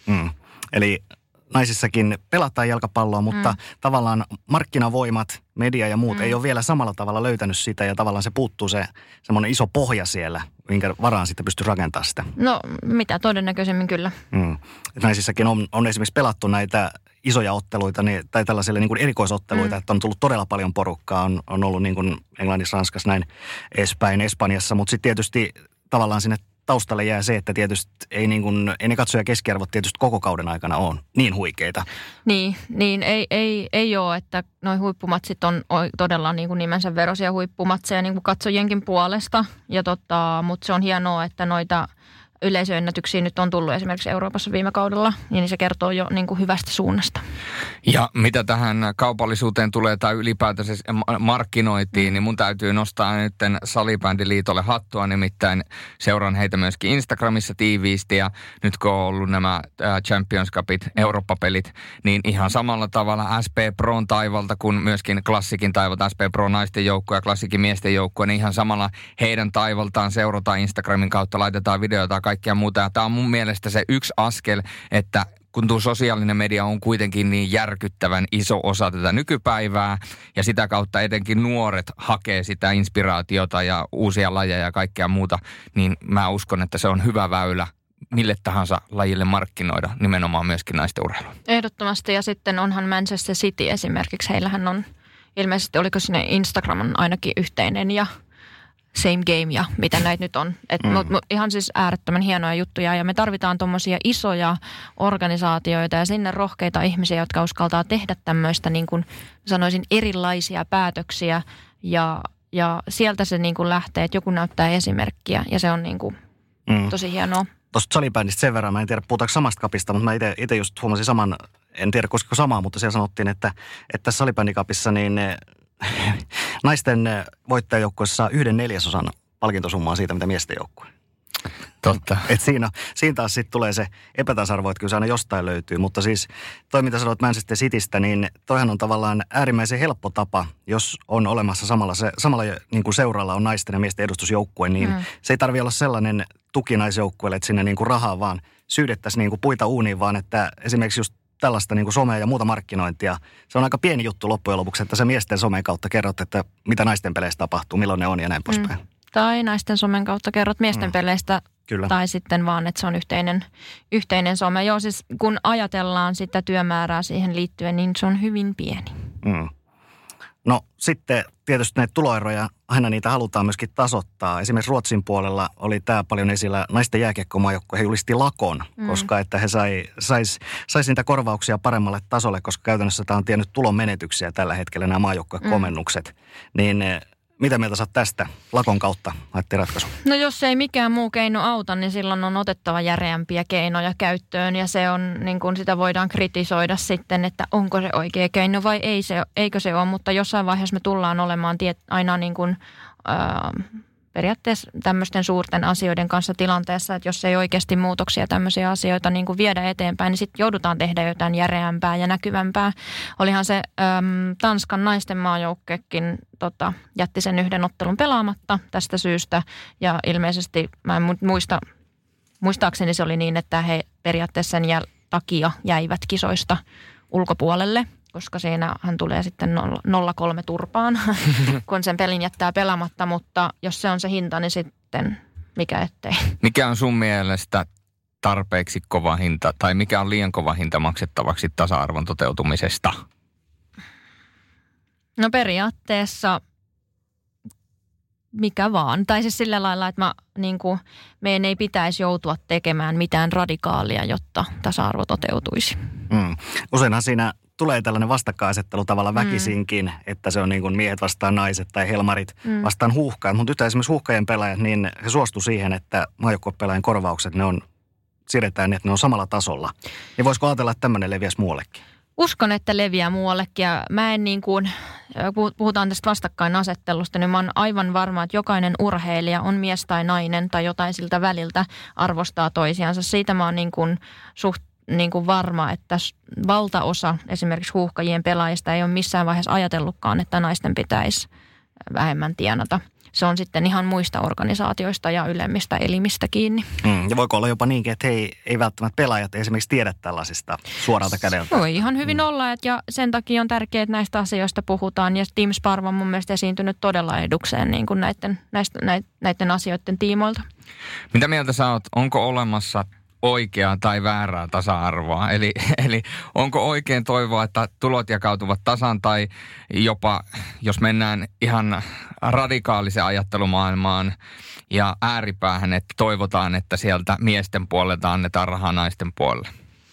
Eli naisissakin pelataan jalkapalloa, mutta tavallaan markkinavoimat, media ja muut ei ole vielä samalla tavalla löytänyt sitä ja tavallaan se puuttuu se semmoinen iso pohja siellä, minkä varaan sitten pystyy rakentamaan sitä. No mitä todennäköisemmin kyllä. Naisissakin on esimerkiksi pelattu näitä isoja otteluita tai tällaisille niin kuin erikoisotteluita, että on tullut todella paljon porukkaa, on ollut niin kuin Englannissa, Ranskassa näin edespäin, Espanjassa, mutta sitten tietysti tavallaan sinne taustalle jää se, että tietysti ei ne katsoja keskiarvot tietysti koko kauden aikana ole niin huikeita. Niin ei ole, että noi huippumatsit on todella niin kuin nimensä veroisia huippumatseja niin kuin katsojienkin puolesta, mutta se on hienoa, että noita yleisöennätyksiä nyt on tullut esimerkiksi Euroopassa viime kaudella, niin se kertoo jo niin kuin hyvästä suunnasta. Ja mitä tähän kaupallisuuteen tulee tai ylipäätänsä markkinointiin, niin mun täytyy nostaa nyt Salibändiliitolle hattua, nimittäin seuraan heitä myöskin Instagramissa tiiviisti ja nyt kun on ollut nämä Champions Cupit, Eurooppa-pelit, niin ihan samalla tavalla SP Proon taivalta kuin myöskin Klassikin taivalta, SP Pro naisten joukkoja ja Klassikin miesten joukkoja, niin ihan samalla heidän taivaltaan seurataan Instagramin kautta, laitetaan videoita ja kaikkea muuta. Ja tämä on mun mielestä se yksi askel, että kun tuo sosiaalinen media on kuitenkin niin järkyttävän iso osa tätä nykypäivää ja sitä kautta etenkin nuoret hakee sitä inspiraatiota ja uusia lajeja ja kaikkea muuta, niin mä uskon, että se on hyvä väylä mille tahansa lajille markkinoida, nimenomaan myöskin naisten urheilua. Ehdottomasti ja sitten onhan Manchester City esimerkiksi, heillähän on ilmeisesti, oliko sinne Instagram on ainakin yhteinen ja same game ja mitä näitä nyt on. Ihan siis äärettömän hienoja juttuja ja me tarvitaan tommosia isoja organisaatioita ja sinne rohkeita ihmisiä, jotka uskaltaa tehdä tämmöistä niin kuin sanoisin erilaisia päätöksiä ja sieltä se niin kuin lähtee, että joku näyttää esimerkkiä ja se on niin kuin tosi hienoa. Tuosta salibändistä sen verran, mä en tiedä puhutaanko samasta kapista, mutta mä itse just huomasin saman, en tiedä koskeko samaa, mutta siellä sanottiin, että tässä salibändikapissa niin naisten voittajajoukkueessa saa 1/4 palkintosummaa siitä, mitä miesten joukkue. Totta. Et siinä taas sitten tulee se epätasa-arvo, että kyllä se aina jostain löytyy. Mutta siis toi, mitä sanoit Manchester Citystä, niin toihan on tavallaan äärimmäisen helppo tapa, jos on olemassa samalla niin kuin seuralla on naisten ja miesten edustusjoukkue, niin se ei tarvitse olla sellainen tuki naisjoukkueelle, että sinne niin kuin rahaa vaan syydettäisiin niin kuin puita uuniin, vaan että esimerkiksi just tällaista niin kuin somea ja muuta markkinointia. Se on aika pieni juttu loppujen lopuksi, että se miesten somen kautta kerrot, että mitä naisten peleissä tapahtuu, milloin ne on ja näin poispäin. Tai naisten somen kautta kerrot miesten peleistä. Kyllä. Tai sitten vaan, että se on yhteinen some. Joo, siis kun ajatellaan sitä työmäärää siihen liittyen, niin se on hyvin pieni. No sitten tietysti näitä tuloeroja, aina niitä halutaan myöskin tasoittaa. Esimerkiksi Ruotsin puolella oli tämä paljon esillä naisten jääkiekkomaajoukkue. He julisti lakon, koska että he sais niitä korvauksia paremmalle tasolle, koska käytännössä tämä on tiennyt tulon menetyksiä tällä hetkellä nämä maajoukkuekomennukset. Niin mitä mieltä saat tästä lakon kautta haettiin ratkaisu? No jos ei mikään muu keino auta, niin silloin on otettava järeämpiä keinoja käyttöön. Ja se on, niin kuin sitä voidaan kritisoida sitten, että onko se oikea keino vai eikö se ole. Mutta jossain vaiheessa me tullaan olemaan aina niin kuin, periaatteessa tämmöisten suurten asioiden kanssa tilanteessa, että jos ei oikeasti muutoksia tämmöisiä asioita niin kuin viedä eteenpäin, niin sitten joudutaan tehdä jotain järeämpää ja näkyvämpää. Olihan se Tanskan naisten maajoukkekin jätti sen yhden ottelun pelaamatta tästä syystä ja ilmeisesti, mä en muistaakseni se oli niin, että he periaatteessa sen takia jäivät kisoista ulkopuolelle, koska siinä hän tulee sitten 0-3 turpaan, kun sen pelin jättää pelaamatta, mutta jos se on se hinta, niin sitten mikä ettei. Mikä on sun mielestä tarpeeksi kova hinta, tai mikä on liian kova hinta maksettavaksi tasa-arvon toteutumisesta? No periaatteessa mikä vaan. Tai siis sillä lailla, että meidän ei pitäisi joutua tekemään mitään radikaalia, jotta tasa-arvo toteutuisi. Useinhan siinä tulee tällainen vastakkainasettelu tavallaan väkisinkin, että se on niin kuin miehet vastaan naiset tai helmarit vastaan huuhkajat. Mutta nyt esimerkiksi huuhkajien pelaajat, niin he suostu siihen, että maajoukkuepelaajien korvaukset, ne on siirretään niin, että ne on samalla tasolla. Niin voisiko ajatella, että tämmöinen leviäisi muuallekin? Uskon, että leviää muuallekin ja mä en puhutaan tästä vastakkainasettelusta, niin mä oon aivan varma, että jokainen urheilija on mies tai nainen tai jotain siltä väliltä arvostaa toisiansa. Siitä mä oon suht varma, että valtaosa esimerkiksi huuhkajien pelaajista ei ole missään vaiheessa ajatellutkaan, että naisten pitäisi vähemmän tienata. Se on sitten ihan muista organisaatioista ja ylemmistä elimistä kiinni. Ja voiko olla jopa niinkin, että ei välttämättä pelaajat esimerkiksi tiedä tällaisista suoralta kädeltä? Voi ihan hyvin olla, ja sen takia on tärkeää, että näistä asioista puhutaan. Ja Team Sparva on mun mielestä esiintynyt todella edukseen niin kuin näiden asioiden tiimoilta. Mitä mieltä sä oot? Onko olemassa oikeaa tai väärää tasa-arvoa? Eli onko oikein toivoa, että tulot jakautuvat tasan tai jopa, jos mennään ihan radikaalisen ajattelumaailmaan ja ääripäähän, että toivotaan, että sieltä miesten puolelta annetaan rahaa naisten puolelle?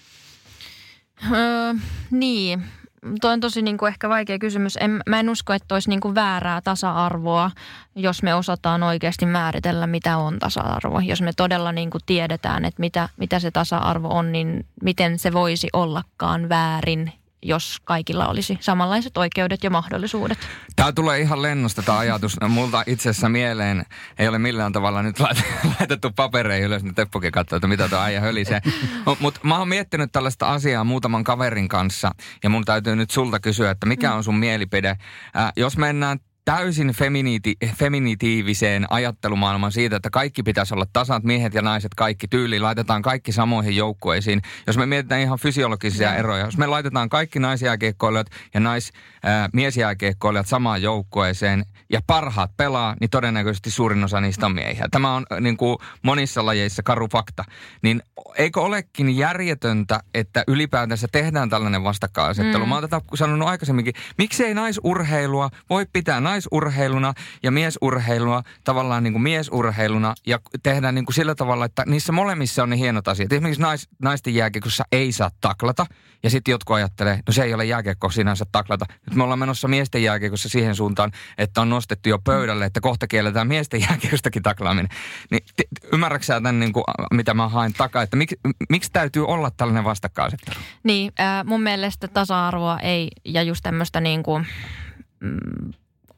Niin. Tuo on tosi ehkä vaikea kysymys. Mä en usko, että olisi väärää tasa-arvoa, jos me osataan oikeasti määritellä, mitä on tasa-arvo. Jos me todella tiedetään, että mitä se tasa-arvo on, niin miten se voisi ollakaan väärin, jos kaikilla olisi samanlaiset oikeudet ja mahdollisuudet. Tämä tulee ihan lennosta tämä ajatus. Multa itse asiassa mieleen ei ole millään tavalla nyt laitettu papereihin ylös, niin Teppokin katsoo, että mitä tuo äijä hölisee. Mutta mä oon miettinyt tällaista asiaa muutaman kaverin kanssa ja mun täytyy nyt sulta kysyä, että mikä on sun mielipide. Jos mennään täysin feminitiiviseen ajattelumaailmaan siitä, että kaikki pitäisi olla tasan, miehet ja naiset kaikki tyyliin, laitetaan kaikki samoihin joukkueisiin. Jos me mietitään ihan fysiologisia eroja, jos me laitetaan kaikki naisjääkiekkoilijat ja miesjääkiekkoilijat samaan joukkueeseen ja parhaat pelaa, niin todennäköisesti suurin osa niistä on miehiä. Tämä on monissa lajeissa karu fakta. Niin eikö olekin järjetöntä, että ylipäätänsä tehdään tällainen vastakkainasettelu? Mä oon tätä sanonut aikaisemminkin. Miksei naisurheilua voi pitää naisurheiluna ja miesurheilua tavallaan miesurheiluna ja tehdään sillä tavalla, että niissä molemmissa on ne hienot asiat. Esimerkiksi naisten jääkiekossa ei saa taklata ja sitten jotkut ajattelee, no se ei ole jääkiekko sinänsä taklata. Nyt me ollaan menossa miesten jääkiekossa siihen suuntaan, että on nostettu jo pöydälle, että kohta kielletään miesten jääkiekostakin taklaaminen. Niin ymmärrätkö sä tämän, mitä mä haen takaa, että miksi täytyy olla tällainen vastakkainasettelu? Niin, mun mielestä tasa-arvoa ei ja just tämmöistä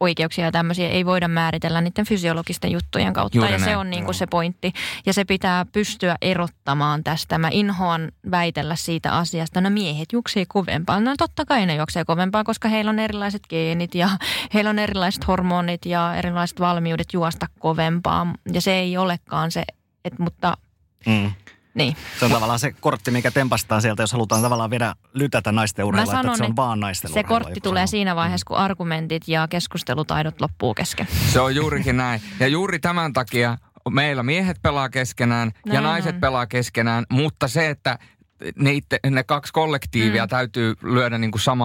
oikeuksia ja tämmöisiä ei voida määritellä niiden fysiologisten juttujen kautta. Juuri ja näin. se on niin kuin se pointti. Ja se pitää pystyä erottamaan tästä. Mä inhoan väitellä siitä asiasta. No miehet juoksee kovempaa. No totta kai ne juoksee kovempaa, koska heillä on erilaiset geenit ja heillä on erilaiset hormonit ja erilaiset valmiudet juosta kovempaa. Ja se ei olekaan se, mutta... Niin. Se on tavallaan se kortti, mikä tempastaa sieltä, jos halutaan tavallaan lytätä naisten urheilua, että se on vaan naisten se urheilua. Kortti tulee siinä vaiheessa, kun argumentit ja keskustelutaidot loppuu kesken. Se on juurikin näin. Ja juuri tämän takia meillä miehet pelaa keskenään ja naiset pelaa keskenään, mutta se, että ne kaksi kollektiivia täytyy lyödä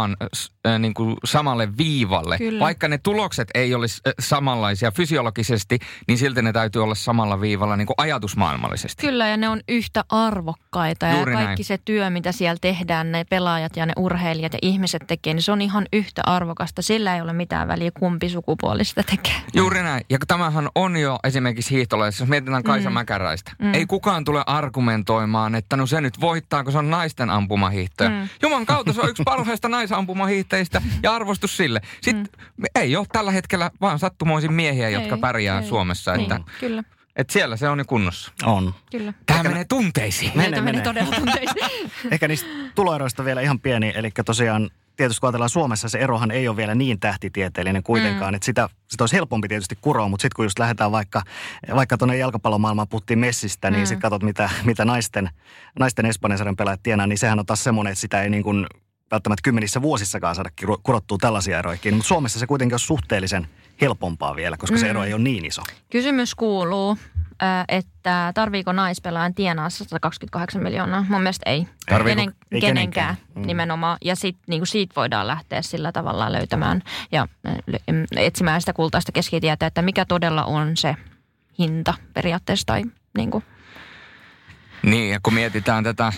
samalle viivalle. Kyllä. Vaikka ne tulokset ei olisi samanlaisia fysiologisesti, niin silti ne täytyy olla samalla viivalla niin kuin ajatusmaailmallisesti. Kyllä, ja ne on yhtä arvokkaita. Juuri ja kaikki näin. Se työ, mitä siellä tehdään, ne pelaajat ja ne urheilijat ja ihmiset tekee, niin se on ihan yhtä arvokasta. Sillä ei ole mitään väliä, kumpi sukupuoli sitä tekee. Juuri näin. Ja tämähän on jo esimerkiksi hiihtolaisessa, jos mietitään Kaisa Mäkäräistä. Ei kukaan tule argumentoimaan, että no se nyt voittaa, kun se on naisten ampumahiihtäjä. Juman kautta se on yksi parhaista naisampumahiihtäjistä ja arvostus sille. Sitten ei ole tällä hetkellä vaan sattumoisin miehiä, jotka pärjää Suomessa. Niin, kyllä. Että siellä se on jo kunnossa. On. Kyllä. Tämä menee tunteisiin. Menee todella tunteisiin. Ehkä niistä tuloeroista vielä ihan pieni, eli tosiaan tietysti kun ajatellaan Suomessa, se erohan ei ole vielä niin tähtitieteellinen kuitenkaan, että sitä olisi helpompi tietysti kuroa, mutta sitten kun just lähdetään vaikka tuonne jalkapallomaailmaan, puhuttiin Messistä, niin sitten katsot, mitä naisten Espanjan pelaajat tienaa, niin sehän on taas semmoinen, että sitä ei niin kuin välttämättä kymmenissä vuosissakaan saada kurottua tällaisia eroikin. Mutta Suomessa se kuitenkin on suhteellisen helpompaa vielä, koska se ero ei ole niin iso. Kysymys kuuluu, että tarviiko naispelaajan tienaa 128 miljoonaa? Mun mielestä ei. Kenenkään nimenomaan. Ja sitten niin siitä voidaan lähteä sillä tavalla löytämään ja etsimään sitä kultaista keskitietä, että mikä todella on se hinta periaatteessa tai niin kuin. Niin, ja kun mietitään tätä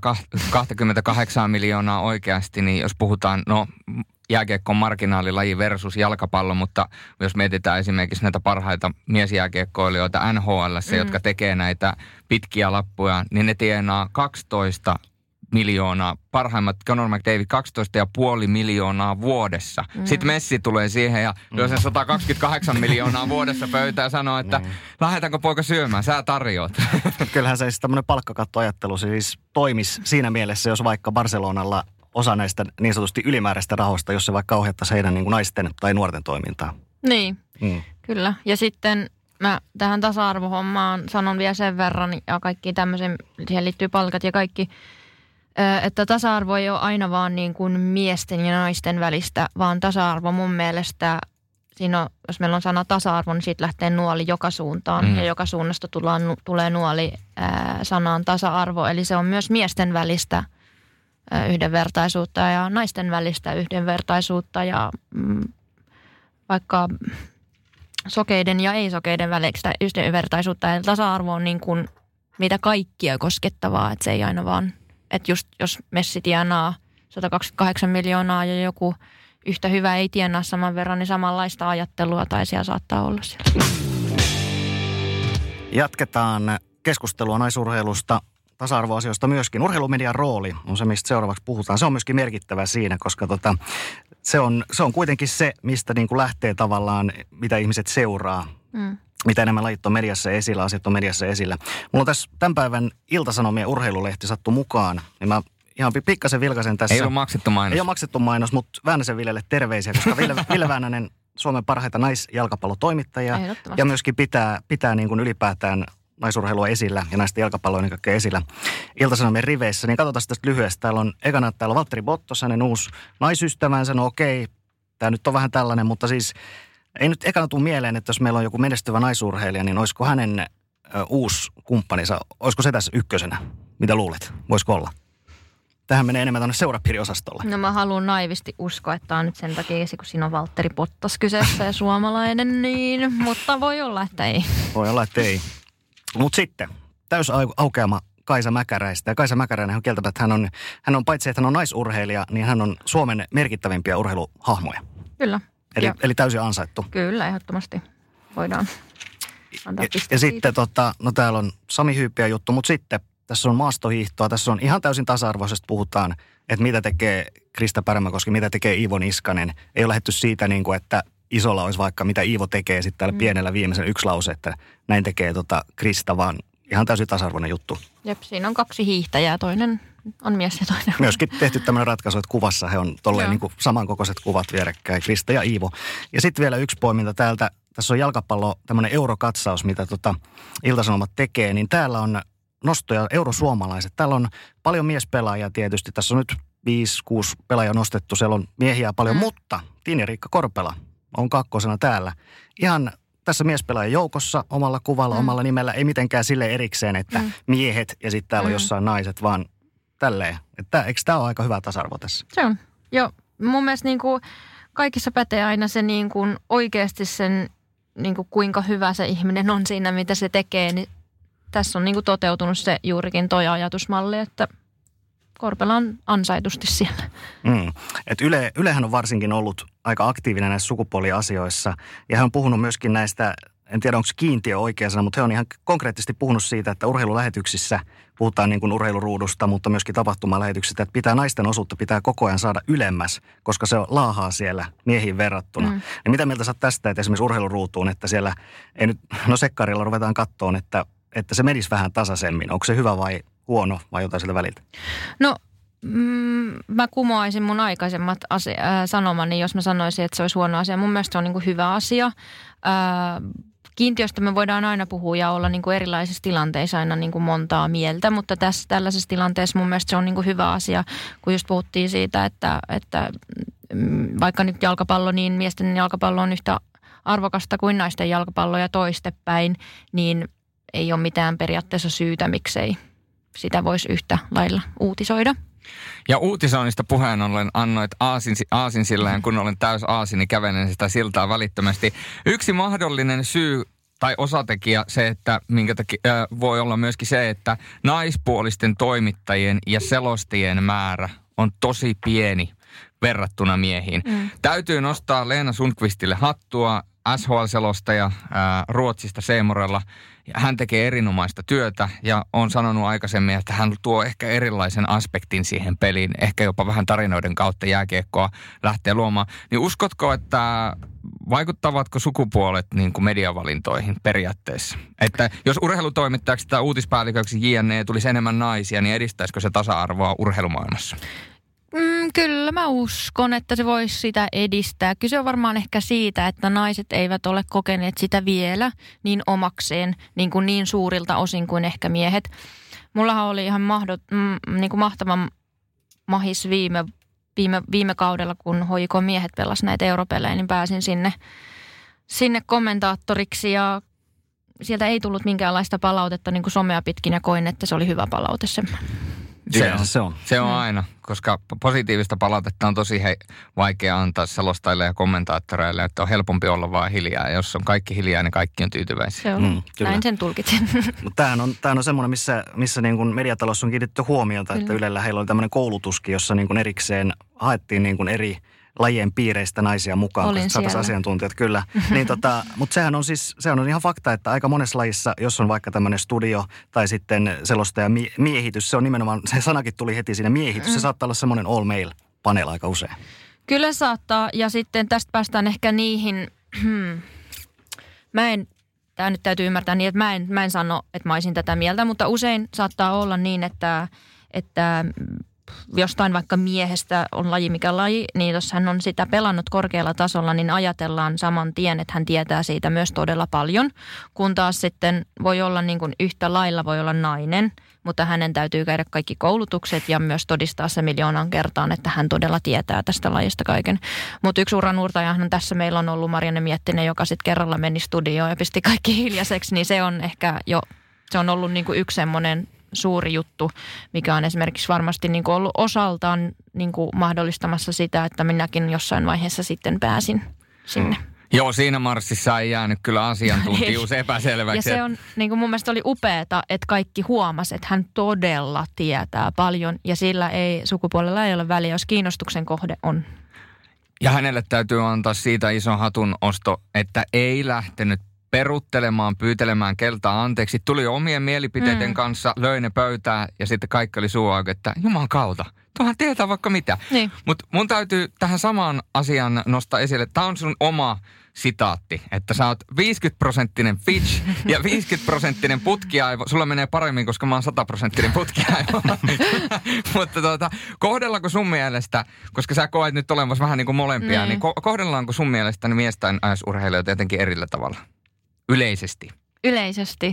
128 miljoonaa oikeasti, niin jos puhutaan, jääkiekko on marginaalilaji versus jalkapallo, mutta jos mietitään esimerkiksi näitä parhaita miesjääkiekkoilijoita NHL:ssä, jotka tekee näitä pitkiä lappuja, niin ne tienaa 12 miljoonaa, parhaimmat Conor McDavid 12,5 miljoonaa vuodessa. Sitten Messi tulee siihen ja lyö sen 128 miljoonaa vuodessa pöytään ja sanoo, että lähdetäänkö poika syömään, sä tarjoat. Kyllähän se siis tämmöinen palkkakattoajattelu siis toimisi siinä mielessä, jos vaikka Barcelonalla osa näistä niin sanotusti ylimääräistä rahoista, jos se vaikka ohjattaisi heidän niin kuin naisten tai nuorten toimintaa. Niin, kyllä. Ja sitten mä tähän tasa-arvohommaan sanon vielä sen verran, ja kaikki tämmöisen, siihen liittyy palkat ja kaikki, että tasa-arvo ei ole aina vaan niin kuin miesten ja naisten välistä, vaan tasa-arvo mun mielestä, siinä on, jos meillä on sana tasa-arvo, niin siitä lähtee nuoli joka suuntaan. Ja joka suunnasta tulee nuoli sanaan tasa-arvo, eli se on myös miesten välistä yhdenvertaisuutta ja naisten välistä yhdenvertaisuutta ja vaikka sokeiden ja ei-sokeiden välistä yhdenvertaisuutta. Ja tasa-arvo on niin kuin mitä kaikkia koskettavaa, että se ei aina vaan, että just jos Messi tienaa 128 miljoonaa ja joku yhtä hyvä ei tienaa saman verran, niin samanlaista ajattelua tai siellä saattaa olla siellä. Jatketaan keskustelua naisurheilusta, tasa-arvoasioista myöskin. Urheilumedian rooli on se, mistä seuraavaksi puhutaan. Se on myöskin merkittävä siinä, koska se on kuitenkin se, mistä niin kuin lähtee tavallaan, mitä ihmiset seuraa. Mitä enemmän lajit on mediassa esillä, asiat on mediassa esillä. Mulla on tässä tämän päivän Ilta-Sanomien urheilulehti sattu mukaan, niin mä ihan pikkasen vilkaisen tässä. Ei ole maksettu mainos. Ei ole maksettu mainos, mutta Väänäsen Villelle terveisiä, koska Ville Väänänen Suomen parhaita naisjalkapallotoimittajia ja myöskin pitää niin kuin ylipäätään naisurheilua esillä ja naisten jalkapalloa niin kaikkea esillä Ilta-Sanomien riveissä. Niin katsotaan tästä lyhyesti. Täällä on Valtteri Bottas, hänen uusi naisystävänsä. No okei, tämä nyt on vähän tällainen, mutta siis ei nyt ekana tule mieleen, että jos meillä on joku menestyvä naisurheilija, niin olisiko hänen uusi kumppaninsa, olisiko se tässä ykkösenä? Mitä luulet? Voisiko olla? Tähän menee enemmän tuonne seurapiiriosastolle. No mä haluan naivisti uskoa, että tämä on nyt sen takia, kun siinä on Valtteri Bottas kyseessä ja suomalainen, niin, mutta voi olla, että ei. Voi olla, että ei. Mutta sitten täysaukeama Kaisa Mäkäräistä. Ja Kaisa Mäkäräinen on kieltämättä, hän on paitsi, että hän on naisurheilija, niin hän on Suomen merkittävimpiä urheiluhahmoja. Kyllä. Eli täysin ansaittu. Kyllä, ehdottomasti voidaan antaa piste. Ja sitten no täällä on Sami Hyypiä juttu, mutta sitten tässä on maastohiihtoa, tässä on ihan täysin tasa-arvoisesti puhutaan, että mitä tekee Krista Pärmäkoski, mitä tekee Iivo Niskanen. Ei ole lähdetty siitä, niin kuin, että isolla olisi vaikka, mitä Iivo tekee sitten täällä pienellä viimeisen yksi lause, että näin tekee Krista, vaan ihan täysin tasa-arvoinen juttu. Jep, siinä on 2 hiihtäjää, toinen on mies ja toinen. Myöskin tehty tämmöinen ratkaisu, että kuvassa he on tolleen niin kuin samankokoiset kuvat vierekkäin, Krista ja Iivo. Ja sitten vielä yksi poiminta täältä. Tässä on jalkapallo, tämmöinen eurokatsaus, mitä Ilta-Sanomat tekee, niin täällä on nostoja eurosuomalaiset. Täällä on paljon miespelaajia tietysti. Tässä on nyt 5-6 pelaajaa nostettu. Siellä on miehiä paljon, mutta Tiina-Riikka Korpela on kakkosena täällä. Ihan tässä miespelaajan joukossa omalla kuvalla, omalla nimellä. Ei mitenkään sille erikseen, että miehet ja sitten täällä on jossain naiset, vaan tälleen. Eikö tämä ole aika hyvä tasa-arvo tässä? Se on. Joo, mun mielestä niin kuin kaikissa pätee aina se niin kuin oikeasti sen, niin kuin kuinka hyvä se ihminen on siinä, mitä se tekee. Niin tässä on niin kuin toteutunut se juurikin toi ajatusmalli, että Korpela on ansaitusti siellä. Et Ylehän on varsinkin ollut aika aktiivinen näissä sukupuoliasioissa. Ja hän on puhunut myöskin näistä, en tiedä onko se kiintiö oikea sana, mutta he on ihan konkreettisesti puhunut siitä, että urheilulähetyksissä puhutaan niin kuin urheiluruudusta, mutta myöskin tapahtumalähetyksistä, että naisten osuutta pitää koko ajan saada ylemmäs, koska se laahaa siellä miehiin verrattuna. Ja mitä mieltä sä oot tästä, että esimerkiksi urheiluruutuun, että siellä ei nyt, sekkarilla ruvetaan kattoon, että se menisi vähän tasaisemmin. Onko se hyvä vai huono vai jotain siltä väliltä? No, mä kumoaisin mun aikaisemmat sanomani, jos mä sanoisin, että se olisi huono asia. Mun mielestä se on niin kuin hyvä asia. Kiintiöstä me voidaan aina puhua ja olla niin kuin erilaisissa tilanteissa aina niin kuin montaa mieltä, mutta tällaisessa tilanteessa mun mielestä se on niin kuin hyvä asia, kun just puhuttiin siitä, että vaikka nyt jalkapallo, niin miesten jalkapallo on yhtä arvokasta kuin naisten jalkapallo ja toistepäin, niin ei ole mitään periaatteessa syytä, miksei sitä voisi yhtä lailla uutisoida. Ja uutisoinnista puheen ollen annoit aasinsillaan, kun olen täys aasini, kävelen sitä siltaa välittömästi. Yksi mahdollinen syy tai osatekijä se, että minkä takia voi olla myöskin se, että naispuolisten toimittajien ja selostajien määrä on tosi pieni verrattuna miehiin. Täytyy nostaa Leena Sundqvistille hattua, SHL-selostaja Ruotsista Seemorella. Hän tekee erinomaista työtä ja on sanonut aikaisemmin, että hän tuo ehkä erilaisen aspektin siihen peliin. Ehkä jopa vähän tarinoiden kautta jääkiekkoa lähtee luomaan. Niin uskotko, että vaikuttavatko sukupuolet niin kuin mediavalintoihin periaatteessa? Että jos urheilutoimittajaksi tai uutispäälliköksi JNE tulisi enemmän naisia, niin edistäisikö se tasa-arvoa urheilumaailmassa? Kyllä mä uskon, että se voisi sitä edistää. Kyse on varmaan ehkä siitä, että naiset eivät ole kokeneet sitä vielä niin omakseen niin suurilta osin kuin ehkä miehet. Mullahan oli ihan niin kuin mahtavan mahis viime kaudella, kun HJK miehet pelasi näitä europelejä, niin pääsin sinne kommentaattoriksi ja sieltä ei tullut minkäänlaista palautetta niin kuin somea pitkin ja koin, että se oli hyvä palaute se. Se on aina, koska positiivista palautetta on tosi vaikea antaa selostajille ja kommentaattoreille, että on helpompi olla vaan hiljaa. Ja jos on kaikki hiljaa, niin kaikki on tyytyväisiä. Se on, näin sen tulkitsen. Mutta tämähän on semmoinen, missä niin kuin mediatalossa on kiinnitetty huomiota, että Ylellä heillä oli tämmöinen koulutuskin, jossa niin kuin erikseen haettiin niin kuin eri lajien piireistä naisia mukaan, koska saataisiin asiantuntijat, kyllä. Mutta sehän on ihan fakta, että aika monessa lajissa, jos on vaikka tämmöinen studio tai sitten selostaja miehitys, se on nimenomaan, se sanakin tuli heti siinä miehitys, se saattaa olla semmoinen all male panel aika usein. Kyllä saattaa, ja sitten tästä päästään ehkä niihin, tämä nyt täytyy ymmärtää niin, että mä en sano, että mä olisin tätä mieltä, mutta usein saattaa olla niin, että jostain vaikka miehestä on laji mikä laji, niin jos hän on sitä pelannut korkealla tasolla, niin ajatellaan saman tien, että hän tietää siitä myös todella paljon. Kun taas sitten voi olla niin kuin yhtä lailla voi olla nainen, mutta hänen täytyy käydä kaikki koulutukset ja myös todistaa se 1,000,000 kertaan, että hän todella tietää tästä lajista kaiken. Mutta yksi uranuurtajahan tässä meillä on ollut Marianne Miettinen, joka sitten kerralla meni studioon ja pisti kaikki hiljaiseksi, niin se on ehkä jo, se on ollut niin kuin yksi semmoinen suuri juttu, mikä on esimerkiksi varmasti niin kuin ollut osaltaan niin kuin mahdollistamassa sitä, että minäkin jossain vaiheessa sitten pääsin sinne. Joo, siinä marssissa ei jäänyt kyllä asiantuntijuus epäselväksi. Ja se on, niin kuin mun mielestä oli upeata, että kaikki huomasi, että hän todella tietää paljon ja sillä ei sukupuolella ei ole väliä, jos kiinnostuksen kohde on. Ja hänelle täytyy antaa siitä iso hatunosto, että ei lähtenyt peruttelemaan, pyytelemään keltaa anteeksi. Tuli omien mielipiteiden kanssa, löi ne pöytään ja sitten kaikki oli suu auki, että juman kautta, tuohan tietää vaikka mitä. Niin. Mutta mun täytyy tähän samaan asiaan nostaa esille. Tämä on sun oma sitaatti, että sä oot 50% Fitch ja 50% putkiaivo. Sulla menee paremmin, koska mä oon 100% putkiaivo. Mutta kohdellaanko sun mielestä, koska sä koet nyt olemassa vähän niin kuin molempia, niin kohdellaanko sun mielestä miestä ja naisurheilijoita jotenkin erillä tavalla? Yleisesti. Yleisesti?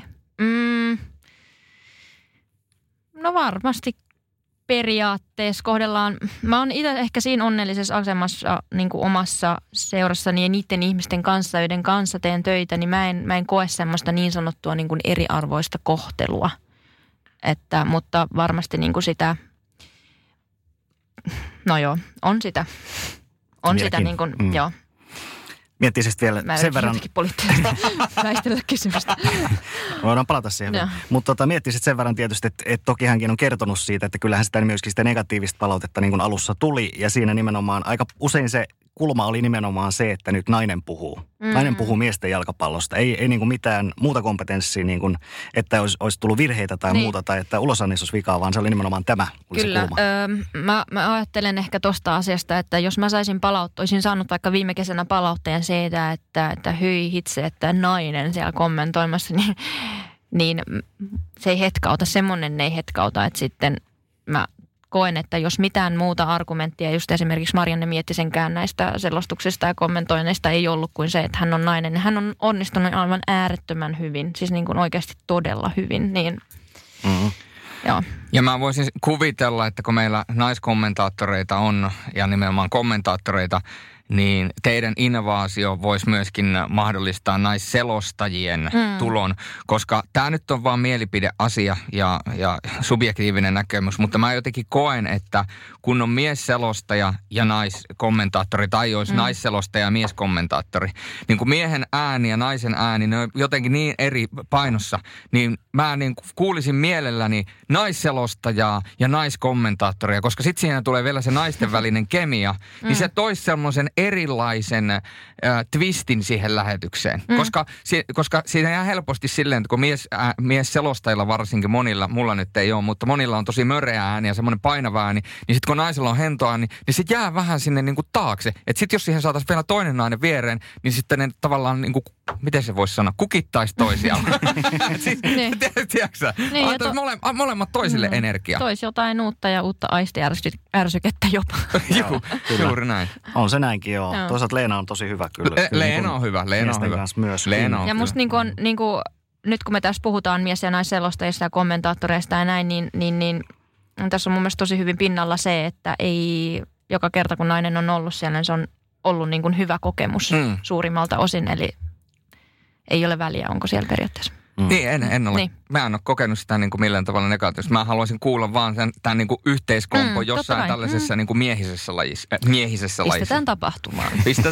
No varmasti periaatteessa kohdellaan. Mä oon itse ehkä siinä onnellisessa asemassa niin kuin omassa seurassani ja niiden ihmisten kanssa, joiden kanssa teen töitä, niin mä en koe semmoista niin sanottua niin kuin eriarvoista kohtelua. Mutta varmasti niin kuin sitä, no joo, on sitä. On sitä niin kuin, joo. Miettii siis vielä sen verran... Mä poliittisesti väistellä kysymystä. Voidaan palata siihen. Mutta miettii sen verran tietysti, että toki hänkin on kertonut siitä, että kyllähän sitä myöskin sitä negatiivista palautetta niin kuin alussa tuli. Ja siinä nimenomaan aika usein se kulma oli nimenomaan se, että nyt nainen puhuu. Nainen puhuu miesten jalkapallosta. Ei niin kuin mitään muuta kompetenssia, niin kuin, että olisi tullut virheitä tai muuta, tai että ulosannissa olisi vikaa, vaan se oli nimenomaan tämä oli kyllä, se kulma. Mä ajattelen ehkä tuosta asiasta, että jos mä saisin olisin saanut vaikka viime kesänä palautteen siitä, että hyi hitse, että nainen siellä kommentoimassa, niin se ei hetkauta, semmoinen ei hetkauta, että sitten mä koen, että jos mitään muuta argumenttia, just esimerkiksi Marianne Miettisenkään näistä selostuksista ja kommentoinneista ei ollut kuin se, että hän on nainen. Ja hän on onnistunut aivan äärettömän hyvin, siis niin kuin oikeasti todella hyvin, niin joo. Ja mä voisin kuvitella, että kun meillä naiskommentaattoreita on ja nimenomaan kommentaattoreita, niin teidän innovaatio voisi myöskin mahdollistaa naisselostajien tulon, koska tämä nyt on vaan mielipideasia ja subjektiivinen näkemys, mutta mä jotenkin koen, että kun on miesselostaja ja naiskommentaattori tai olisi naisselostaja ja mieskommentaattori, niin kun miehen ääni ja naisen ääni, ne on jotenkin niin eri painossa, niin mä niin kuulisin mielelläni naisselostajaa ja naiskommentaattoria, koska sitten siinä tulee vielä se naisten välinen kemia, niin se toisi semmoisen erilaisen twistin siihen lähetykseen. Koska siinä jää helposti silleen, että kun miesselostajilla varsinkin monilla, mulla nyt ei ole, mutta monilla on tosi möreä ääni ja semmoinen painava ääni, niin sitten kun naisella on hentoa, niin se jää vähän sinne niin kuin taakse. Että sitten jos siihen saataisiin vielä toinen nainen viereen, niin sitten ne tavallaan niin kuin, miten se voisi sanoa, kukittaisi toisiaan. Tiedätkö niin, molemmat toisille energiaa. Toisi jotain uutta ja uutta aistiärsykettä jopa. Juuri näin. On se näinkin, joo. Toisaalta Leena on tosi hyvä kyllä. Leena on hyvä. Myös. Leena on ja musta niin kuin, nyt kun me tässä puhutaan mies- ja naisselostajista ja kommentaattoreista ja näin, niin tässä on mun mielestä tosi hyvin pinnalla se, että ei joka kerta kun nainen on ollut siellä, niin se on ollut niin kuin hyvä kokemus suurimmalta osin. Eli ei ole väliä, onko siellä periaatteessa. Niin, en ole. Niin. Mä en ole kokenut sitä niin kuin millään tavalla negatiivisesti. Mä haluaisin kuulla vaan tämän niin kuin yhteiskompo jossain tällaisessa niin kuin miehisessä lajissa. Pistetään tapahtumaan.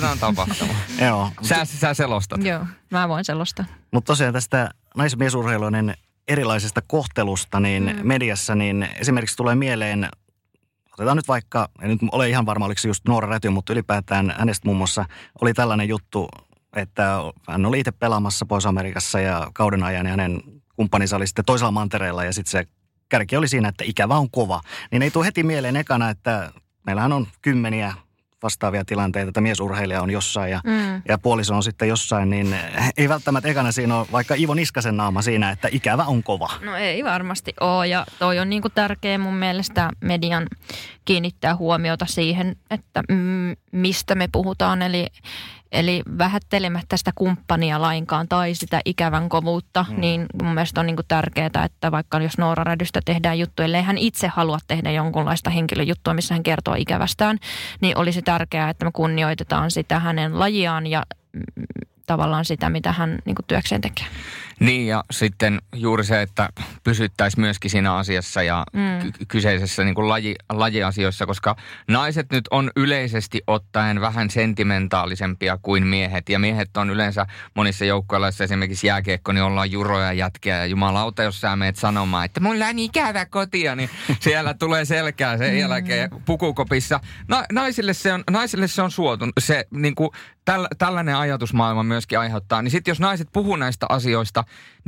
Joo. Sä selostat. Joo, mä voin selostaa. Mutta tosiaan tästä naismiesurheilujen erilaisesta kohtelusta niin mediassa, niin esimerkiksi tulee mieleen, otetaan nyt vaikka, en nyt ole ihan varma, oliko se just Noora Räty, mutta ylipäätään hänestä muun muassa oli tällainen juttu, että hän oli itse pelaamassa Pohjois-Amerikassa ja kauden ajan ja hänen kumppaninsa oli sitten toisella mantereella ja sitten se kärki oli siinä, että ikävä on kova. Niin ei tule heti mieleen ekana, että meillähän on kymmeniä vastaavia tilanteita, että miesurheilija on jossain ja puoliso on sitten jossain, niin ei välttämättä ekana siinä ole vaikka Ivo Niskasen naama siinä, että ikävä on kova. No ei varmasti ole ja toi on niinku tärkeä mun mielestä median kiinnittää huomiota siihen, että mistä me puhutaan, Eli vähättelemättä sitä kumppania lainkaan tai sitä ikävän kovuutta, niin mun mielestä on niin kuin tärkeää, että vaikka jos Noora Rädystä tehdään juttu, ellei hän itse halua tehdä jonkunlaista henkilöjuttua, missä hän kertoo ikävästään, niin olisi tärkeää, että me kunnioitetaan sitä hänen lajiaan ja tavallaan sitä, mitä hän niin kuin työkseen tekee. Niin ja sitten juuri se, että pysyttäisiin myöskin siinä asiassa ja kyseisessä niin kuin lajiasioissa, koska naiset nyt on yleisesti ottaen vähän sentimentaalisempia kuin miehet. Ja miehet on yleensä monissa joukkueissa, esimerkiksi jääkiekko, niin ollaan juroja jätkiä ja jumalauta, jos sä meet sanomaan, että mulla on ikävä kotia, niin siellä tulee selkää sen jälkeen pukukopissa. Naisille se on suotu. Se niin kuin tällainen ajatusmaailma myöskin aiheuttaa. Niin sitten jos naiset puhuu näistä asioista, niin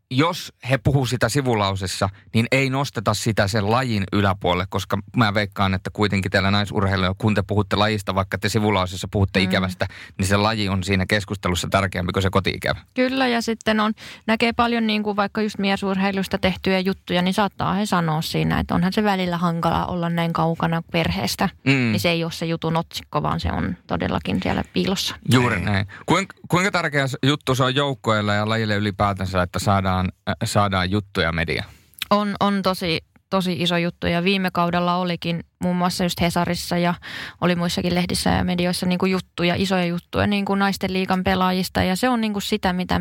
jos he puhuu sitä sivulausessa, niin ei nosteta sitä sen lajin yläpuolelle, koska mä veikkaan, että kuitenkin teillä naisurheilijoilla, kun te puhutte lajista, vaikka te sivulausessa puhutte ikävästä, niin se laji on siinä keskustelussa tärkeämpi kuin se koti-ikävä. Kyllä, ja sitten näkee paljon niin kuin vaikka just miesurheilusta tehtyjä juttuja, niin saattaa he sanoa siinä, että onhan se välillä hankala olla näin kaukana perheestä. Niin se ei ole se jutun otsikko, vaan se on todellakin siellä piilossa. Juuri näin. Kuinka tärkeä juttu se on joukkueelle ja lajille ylipäätänsä, että saadaan juttuja mediaan? On tosi iso juttu, ja viime kaudella olikin muun muassa just Hesarissa ja oli muissakin lehdissä ja medioissa niin kuin juttuja, isoja juttuja niin kuin naisten liigan pelaajista, ja se on niin kuin sitä, mitä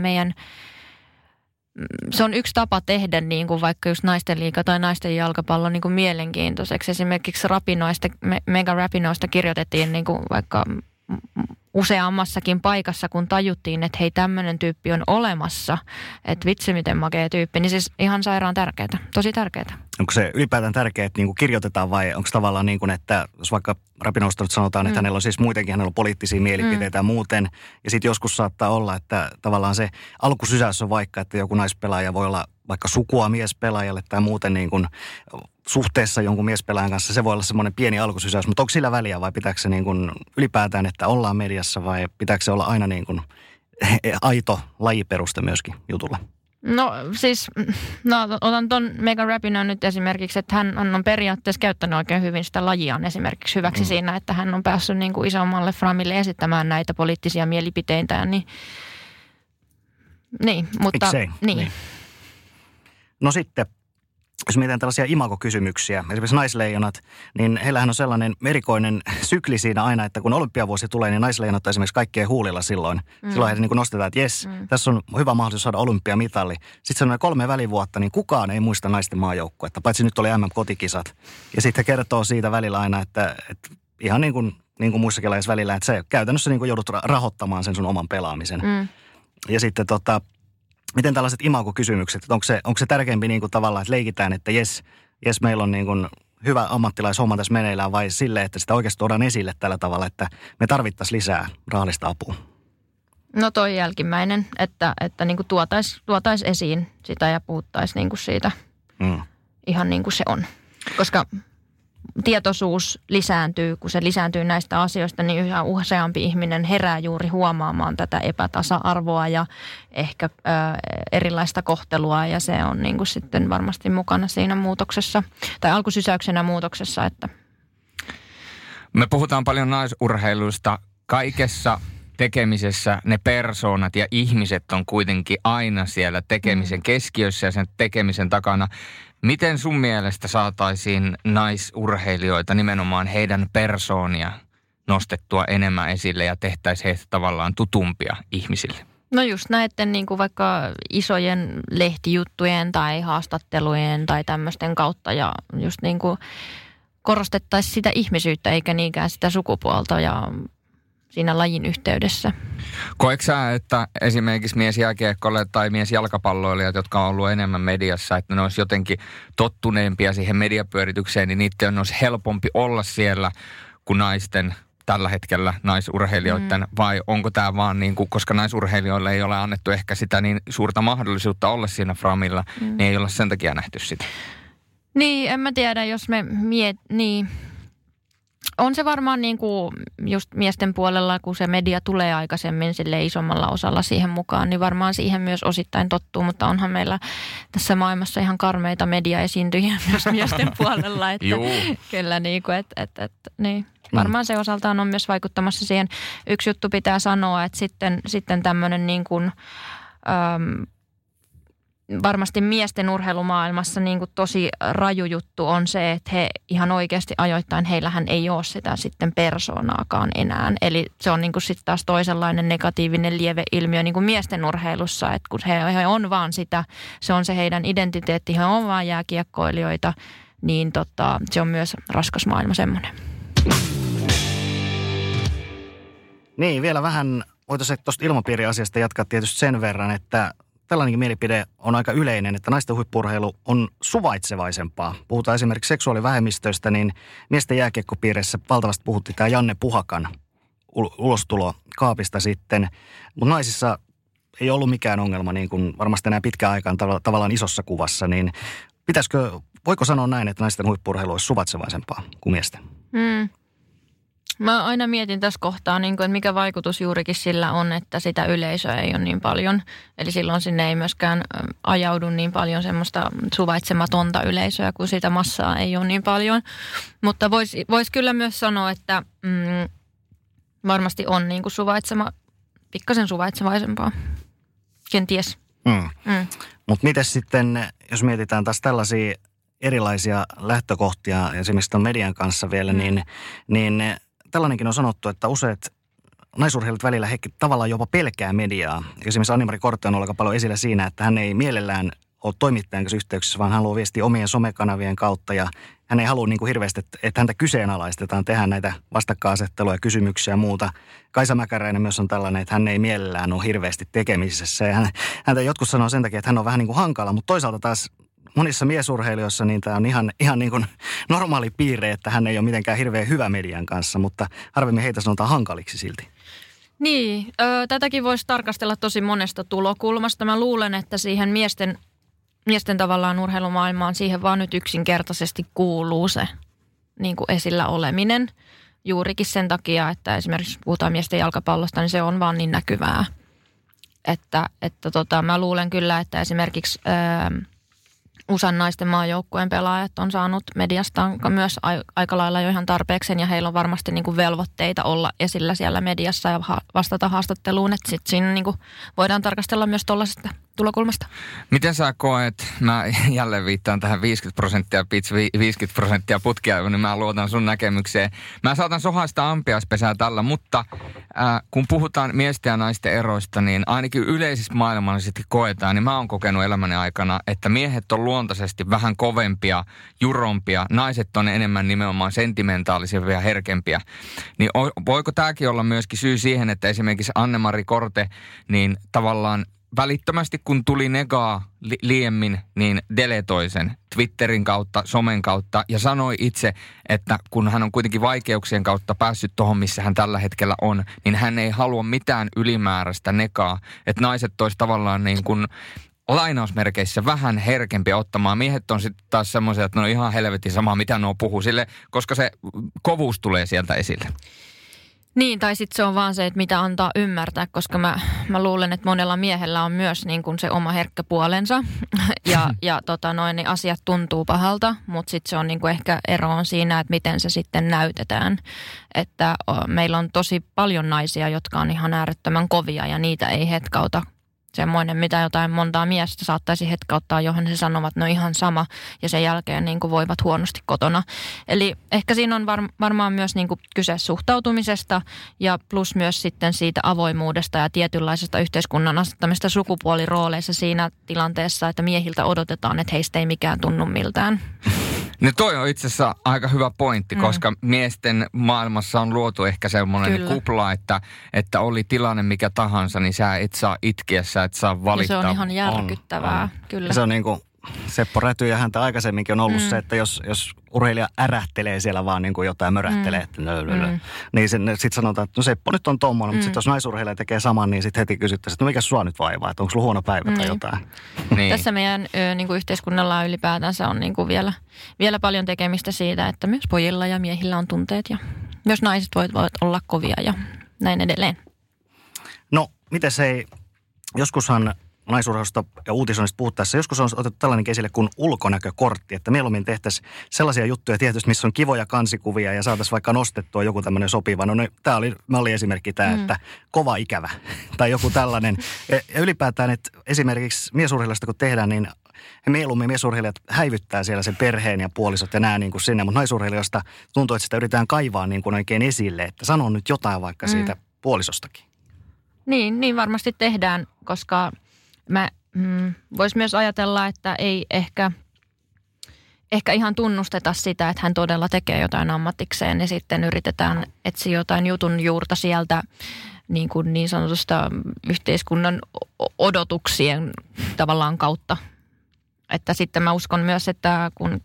se on yksi tapa tehdä niin kuin vaikka just naisten liiga tai naisten jalkapallo niin kuin mielenkiintoiseksi. Esimerkiksi Mega Rapinoista kirjoitettiin niin kuin vaikka useammassakin paikassa, kun tajuttiin, että hei, tämmöinen tyyppi on olemassa, että vitsi miten makea tyyppi, niin siis ihan sairaan tärkeää, tosi tärkeää. Onko se ylipäätään tärkeää, että niinku kirjoitetaan vai onko tavallaan niin kuin, että jos vaikka Rapinosta nyt sanotaan, että hänellä on siis hänellä on poliittisia mielipiteitä ja muuten, ja sitten joskus saattaa olla, että tavallaan se alkusysäys on vaikka, että joku naispelaaja voi olla vaikka sukua miespelaajalle tai muuten niin kuin suhteessa jonkun miespelaajan kanssa, se voi olla semmoinen pieni alkusysäys, mutta onko sillä väliä vai pitääkö se niin kuin ylipäätään, että ollaan mediassa vai pitääkö se olla aina niin kuin aito lajiperuste myöskin jutulla? No siis, otan ton Megan Rapinoe nyt esimerkiksi, että hän on periaatteessa käyttänyt oikein hyvin sitä lajiaan esimerkiksi hyväksi siinä, että hän on päässyt niin kuin isommalle framille esittämään näitä poliittisia mielipiteitä, niin mutta niin. No sitten, jos mietitään tällaisia imagokysymyksiä, esimerkiksi naisleijonat, niin heillähän on sellainen erikoinen sykli siinä aina, että kun olympiavuosi tulee, niin naisleijonat on esimerkiksi kaikkien huulilla silloin. Silloin heitä niin kuin nostetaan, että jes, tässä on hyvä mahdollisuus saada olympiamitali. Sitten se on 3 välivuotta, niin kukaan ei muista naisten maajoukkuetta, paitsi nyt oli MM-kotikisat. Ja sitten he kertoo siitä välillä aina, että ihan niin kuin muissakin lajeissa välillä, että se käytännössä niin kuin joudut rahoittamaan sen sun oman pelaamisen. Ja sitten miten tällaiset imagokysymykset, että onko se tärkeämpi niin kuin tavallaan, että leikitään, että jes meillä on niin kuin hyvä ammattilaishomma tässä meneillään vai sille, että sitä oikeasti tuodaan esille tällä tavalla, että me tarvittaisiin lisää rahallista apua? No toi jälkimmäinen, että niin kuin tuotais esiin sitä ja puhuttaisiin niin kuin siitä ihan niin kuin se on. Koska tietoisuus lisääntyy, kun se lisääntyy näistä asioista, niin yhä useampi ihminen herää juuri huomaamaan tätä epätasa-arvoa ja ehkä erilaista kohtelua, ja se on niin kuin sitten varmasti mukana siinä muutoksessa, tai alkusysäyksenä muutoksessa. Että. Me puhutaan paljon naisurheilusta. Kaikessa tekemisessä ne persoonat ja ihmiset on kuitenkin aina siellä tekemisen keskiössä ja sen tekemisen takana. Miten sun mielestä saataisiin naisurheilijoita, nimenomaan heidän persoonia, nostettua enemmän esille ja tehtäisiin heistä tavallaan tutumpia ihmisille? No just näiden niin kuin vaikka isojen lehtijuttujen tai haastattelujen tai tämmöisten kautta, ja just niin kuin korostettaisiin sitä ihmisyyttä eikä niinkään sitä sukupuolta ja siinä lajin yhteydessä. Koetko sä, että esimerkiksi miesjääkiekkoille tai miesjalkapalloilijat, jotka on ollut enemmän mediassa, että ne olisi jotenkin tottuneempia siihen mediapyöritykseen, niin niiden olisi helpompi olla siellä kuin naisten tällä hetkellä naisurheilijoiden, vai onko tämä vaan niin kuin, koska naisurheilijoille ei ole annettu ehkä sitä niin suurta mahdollisuutta olla siinä framilla, niin ei ole sen takia nähty sitä? Niin, en mä tiedä, jos me niin. On se varmaan niin kuin just miesten puolella, kun se media tulee aikaisemmin sille isommalla osalla siihen mukaan, niin varmaan siihen myös osittain tottuu, mutta onhan meillä tässä maailmassa ihan karmeita mediaesiintyjiä myös miesten puolella, että kyllä niin kuin, niin. Varmaan se osaltaan on myös vaikuttamassa siihen. Yksi juttu pitää sanoa, että sitten tämmöinen niin kuin, varmasti miesten urheilumaailmassa niin kuin tosi raju juttu on se, että he ihan oikeasti ajoittain, heillähän ei ole sitä sitten persoonaakaan enää. Eli se on niin kuin sitten taas toisenlainen negatiivinen lieveilmiö niin kuin miesten urheilussa, että kun he on vaan sitä, se on se heidän identiteetti, he on vaan jääkiekkoilijoita, niin se on myös raskas maailma semmoinen. Niin, vielä vähän voitaisiin tuosta ilmapiiriasiasta jatkaa tietysti sen verran, että tällainenkin mielipide on aika yleinen, että naisten huippu-urheilu on suvaitsevaisempaa. Puhutaan esimerkiksi seksuaalivähemmistöistä, niin miesten jääkiekkopiirissä valtavasti puhuttiin tämä Janne Puhakan ulostulo kaapista sitten. Mutta naisissa ei ollut mikään ongelma niin kuin varmasti enää pitkään aikaan tavallaan isossa kuvassa, niin voiko sanoa näin, että naisten huippu-urheilu olisi suvaitsevaisempaa kuin miesten? Mä aina mietin tässä kohtaa, niin kuin, että mikä vaikutus juurikin sillä on, että sitä yleisöä ei ole niin paljon. Eli silloin sinne ei myöskään ajaudu niin paljon semmoista suvaitsematonta yleisöä, kun sitä massaa ei ole niin paljon. Mutta vois kyllä myös sanoa, että varmasti on niin kuin pikkasen suvaitsevaisempaa. Kenties. Mutta miten sitten, jos mietitään taas tällaisia erilaisia lähtökohtia, esimerkiksi tämän median kanssa vielä, niin tällainenkin on sanottu, että useat naisurheilut välillä he tavallaan jopa pelkää mediaa. Esimerkiksi Anni-Mari Korte on ollut aika paljon esillä siinä, että hän ei mielellään ole toimittajan kanssa yhteyksissä, vaan hän haluaa viestiä omien somekanavien kautta ja hän ei halua niin kuin hirveästi, että häntä kyseenalaistetaan, tehdään näitä vastakkainasetteluja, kysymyksiä ja muuta. Kaisa Mäkäräinen myös on tällainen, että hän ei mielellään ole hirveästi tekemisessä ja häntä jotkut sanoo sen takia, että hän on vähän niin kuin hankala, mutta toisaalta taas monissa miesurheilijoissa niin tämä on ihan niin kuin normaali piirre, että hän ei ole mitenkään hirveän hyvä median kanssa, mutta harvemmin heitä sanotaan hankaliksi silti. Niin, tätäkin voisi tarkastella tosi monesta tulokulmasta. Mä luulen, että siihen miesten tavallaan urheilumaailmaan siihen vaan nyt yksinkertaisesti kuuluu se niin kuin esillä oleminen. Juurikin sen takia, että esimerkiksi puhutaan miesten jalkapallosta, niin se on vaan niin näkyvää. Että mä luulen kyllä, että esimerkiksi USAn naisten maajoukkueen pelaajat on saanut mediastaan myös aika lailla jo ihan tarpeeksi ja heillä on varmasti niin kuin velvoitteita olla esillä siellä mediassa ja vastata haastatteluun, että sitten siinä niin kuin voidaan tarkastella myös tuollaisesta tulokulmasta. Miten sä koet, mä jälleen viittaan tähän 50% pitch, 50% putkia, niin mä luotan sun näkemykseen. Mä saatan sohaista ampiaispesää tällä, mutta kun puhutaan miesten ja naisten eroista, niin ainakin yleisesti maailmallisesti koetaan, niin mä oon kokenut elämäni aikana, että miehet on luontaisesti vähän kovempia, jurompia, naiset on enemmän nimenomaan sentimentaalisia ja herkempiä. Niin voiko tämäkin olla myöskin syy siihen, että esimerkiksi Anne-Mari Korte, niin tavallaan välittömästi kun tuli negaa liemmin, niin deletoi sen Twitterin kautta, somen kautta ja sanoi itse, että kun hän on kuitenkin vaikeuksien kautta päässyt tuohon, missä hän tällä hetkellä on, niin hän ei halua mitään ylimääräistä negaa. Että naiset olisi tavallaan niin kuin lainausmerkeissä vähän herkempiä ottamaan. Miehet on sitten taas semmoisia, että ne on ihan helvetin sama, mitä nuo puhuu sille, koska se kovuus tulee sieltä esille. Niin, tai sitten se on vaan se, että mitä antaa ymmärtää, koska mä luulen, että monella miehellä on myös niin kuin se oma herkkä puolensa ja niin asiat tuntuu pahalta, mutta sitten se on niin kuin ehkä ero on siinä, että miten se sitten näytetään. Että meillä on tosi paljon naisia, jotka on ihan äärettömän kovia ja niitä ei hetkauta. Semmoinen, mitä jotain montaa miestä saattaisi hetkauttaa, johon he sanovat, no ihan sama, ja sen jälkeen niin kuin voivat huonosti kotona. Eli ehkä siinä on varmaan myös niin kuin kyse suhtautumisesta ja plus myös sitten siitä avoimuudesta ja tietynlaisesta yhteiskunnan asettamista sukupuolirooleissa siinä tilanteessa, että miehiltä odotetaan, että heistä ei mikään tunnu miltään. No toi on itse asiassa aika hyvä pointti, koska miesten maailmassa on luotu ehkä semmoinen kupla, että oli tilanne mikä tahansa, niin sä et saa itkeä, sä et saa valittaa. Ja se on ihan järkyttävää, kyllä. Se on niin kuin Seppo Räty ja häntä aikaisemminkin on ollut se, että jos urheilija ärähtelee siellä vaan niin kuin jotain mörähtelee, että niin sitten sanotaan, että no Seppo nyt on tommoinen, mutta sitten jos naisurheilija tekee saman, niin sitten heti kysyttäisiin, että no mikä sua nyt vaivaa, että onko sulla huono päivä tai jotain. Niin. Tässä meidän niin kuin yhteiskunnalla ylipäätänsä on niin kuin vielä paljon tekemistä siitä, että myös pojilla ja miehillä on tunteet ja myös naiset voivat olla kovia ja näin edelleen. No, miten se joskushan naisurheilusta ja uutisoinnista puhuttaessa, joskus on otettu tällainen esille kuin ulkonäkökortti, että mieluummin tehtäisiin sellaisia juttuja tietysti, missä on kivoja kansikuvia ja saataisiin vaikka nostettua joku tämmöinen sopiva. No tämä oli esimerkki tämä, että kova ikävä tai joku tällainen. Ja ylipäätään, että esimerkiksi miesurheilusta kun tehdään, niin mieluummin miesurheilijat häivyttää siellä sen perheen ja puolisot ja nää niin kuin sinne, mutta naisurheilijoista tuntuu, että sitä yritetään kaivaa niin kuin oikein esille, että sanoo nyt jotain vaikka siitä puolisostakin. Niin varmasti tehdään, koska voisi myös ajatella, että ei ehkä ihan tunnusteta sitä, että hän todella tekee jotain ammatikseen ja sitten yritetään etsiä jotain jutun juurta sieltä niin sanotusta yhteiskunnan odotuksien tavallaan kautta. Että sitten mä uskon myös, että kun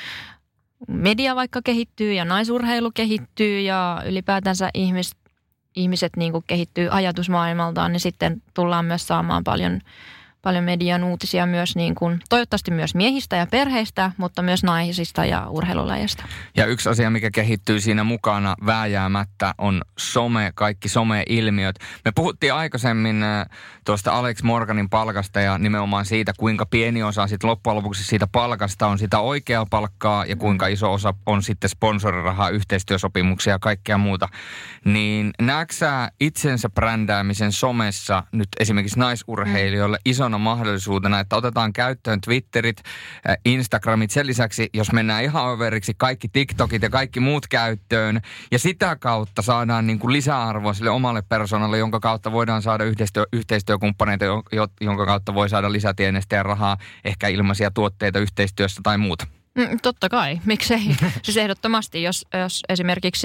media vaikka kehittyy ja naisurheilu kehittyy ja ylipäätänsä ihmiset niin kuin kehittyy ajatusmaailmaltaan, niin sitten tullaan myös saamaan paljon median uutisia myös niin kuin, toivottavasti myös miehistä ja perheistä, mutta myös naisista ja urheilulajeista. Ja yksi asia, mikä kehittyy siinä mukana vääjäämättä, on kaikki some-ilmiöt. Me puhuttiin aikaisemmin tuosta Alex Morganin palkasta ja nimenomaan siitä, kuinka pieni osa sitten loppujen lopuksi siitä palkasta on sitä oikeaa palkkaa ja kuinka iso osa on sitten sponsorirahaa, yhteistyösopimuksia ja kaikkea muuta. Niin näetkö sä itsensä brändäämisen somessa nyt esimerkiksi naisurheilijoille ison mahdollisuutena, että otetaan käyttöön Twitterit, Instagramit, sen lisäksi, jos mennään ihan overiksi, kaikki TikTokit ja kaikki muut käyttöön, ja sitä kautta saadaan niin kuin lisäarvoa sille omalle persoonalle, jonka kautta voidaan saada yhteistyökumppaneita, jonka kautta voi saada lisätienestä ja rahaa, ehkä ilmaisia tuotteita yhteistyössä tai muuta. Totta kai, miksei? Siis ehdottomasti, jos esimerkiksi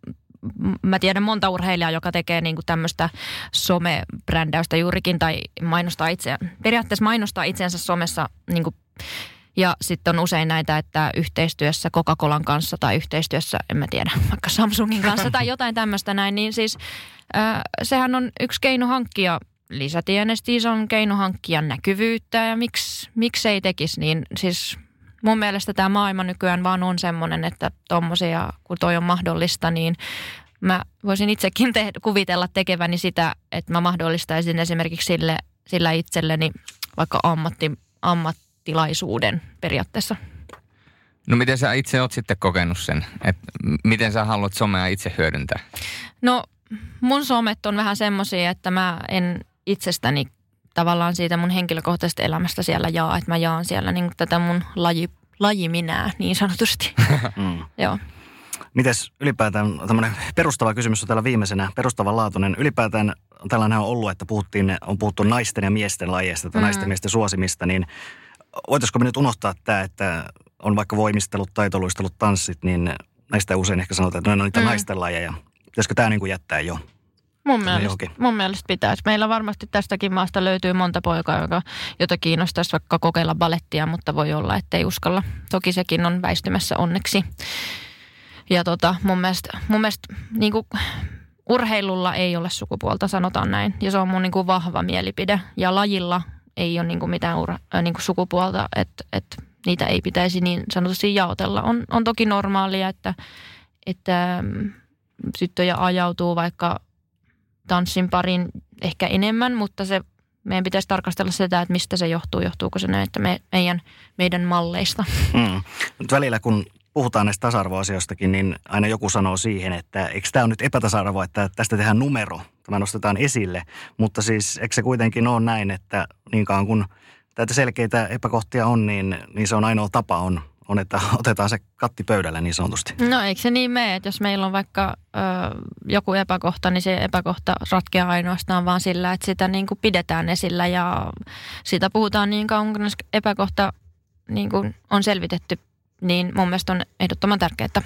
mä tiedän monta urheilijaa, joka tekee niinku tämmöistä somebrändäystä juurikin tai periaatteessa mainostaa itsensä somessa niinku, ja sitten on usein näitä, että yhteistyössä Coca-Colan kanssa tai yhteistyössä, en mä tiedä, vaikka Samsungin kanssa tai jotain tämmöistä näin, niin siis sehän on yksi keino hankkia lisätienestiä, se on keino hankkia näkyvyyttä ja miksi ei tekisi niin, siis mun mielestä tämä maailma nykyään vaan on semmoinen, että tommosia, kun toi on mahdollista, niin mä voisin itsekin kuvitella tekeväni sitä, että mä mahdollistaisin esimerkiksi sillä itselleni vaikka ammattilaisuuden periaatteessa. No miten sä itse oot sitten kokenut sen? Että miten sä haluat somea itse hyödyntää? No mun somet on vähän semmosia, että mä en itsestäni tavallaan siitä mun henkilökohtaisesta elämästä siellä että mä jaan siellä niin tätä mun lajiminää niin sanotusti. Joo. Mites ylipäätään tämmöinen perustava kysymys on täällä viimeisenä, perustavanlaatuinen. Ylipäätään tällainen on ollut, että on puhuttu naisten ja miesten lajeista tai naisten ja miesten suosimista, niin voitaisiko me nyt unohtaa tämä, että on vaikka voimistelut, taitoluistelut, tanssit, niin näistä usein ehkä sanotaan, että ne on niitä naisten lajeja. Pitäisikö tämä niin kuin jättää jo? Mun mielestä pitäisi. Meillä varmasti tästäkin maasta löytyy monta poikaa, jota kiinnostaisi vaikka kokeilla balettia, mutta voi olla, ettei uskalla. Toki sekin on väistymässä onneksi. Ja mun mielestä niin kuin urheilulla ei ole sukupuolta, sanotaan näin. Ja se on mun niin kuin vahva mielipide. Ja lajilla ei ole niin kuin mitään niin kuin sukupuolta, että niitä ei pitäisi niin sanotusti jaotella. On toki normaalia, että tyttöjä ajautuu vaikka tanssin parin ehkä enemmän, mutta meidän pitäisi tarkastella sitä, että mistä se johtuu. Johtuuko se näin, että meidän malleista? Nyt välillä, kun puhutaan näistä tasa-arvoasioistakin, niin aina joku sanoo siihen, että eikö tämä ole nyt epätasa-arvoa, että tästä tehdään numero, tämä nostetaan esille. Mutta siis eikö se kuitenkin ole näin, että niin kauan kun näitä selkeitä epäkohtia on, niin se on ainoa tapa on, että otetaan se katti pöydälle niin sanotusti. No eikö se niin mene, että jos meillä on vaikka joku epäkohta, niin se epäkohta ratkeaa ainoastaan vaan sillä, että sitä niin kuin pidetään esillä ja siitä puhutaan niin kauan, kun epäkohta niin kuin on selvitetty, niin mun mielestä on ehdottoman tärkeää.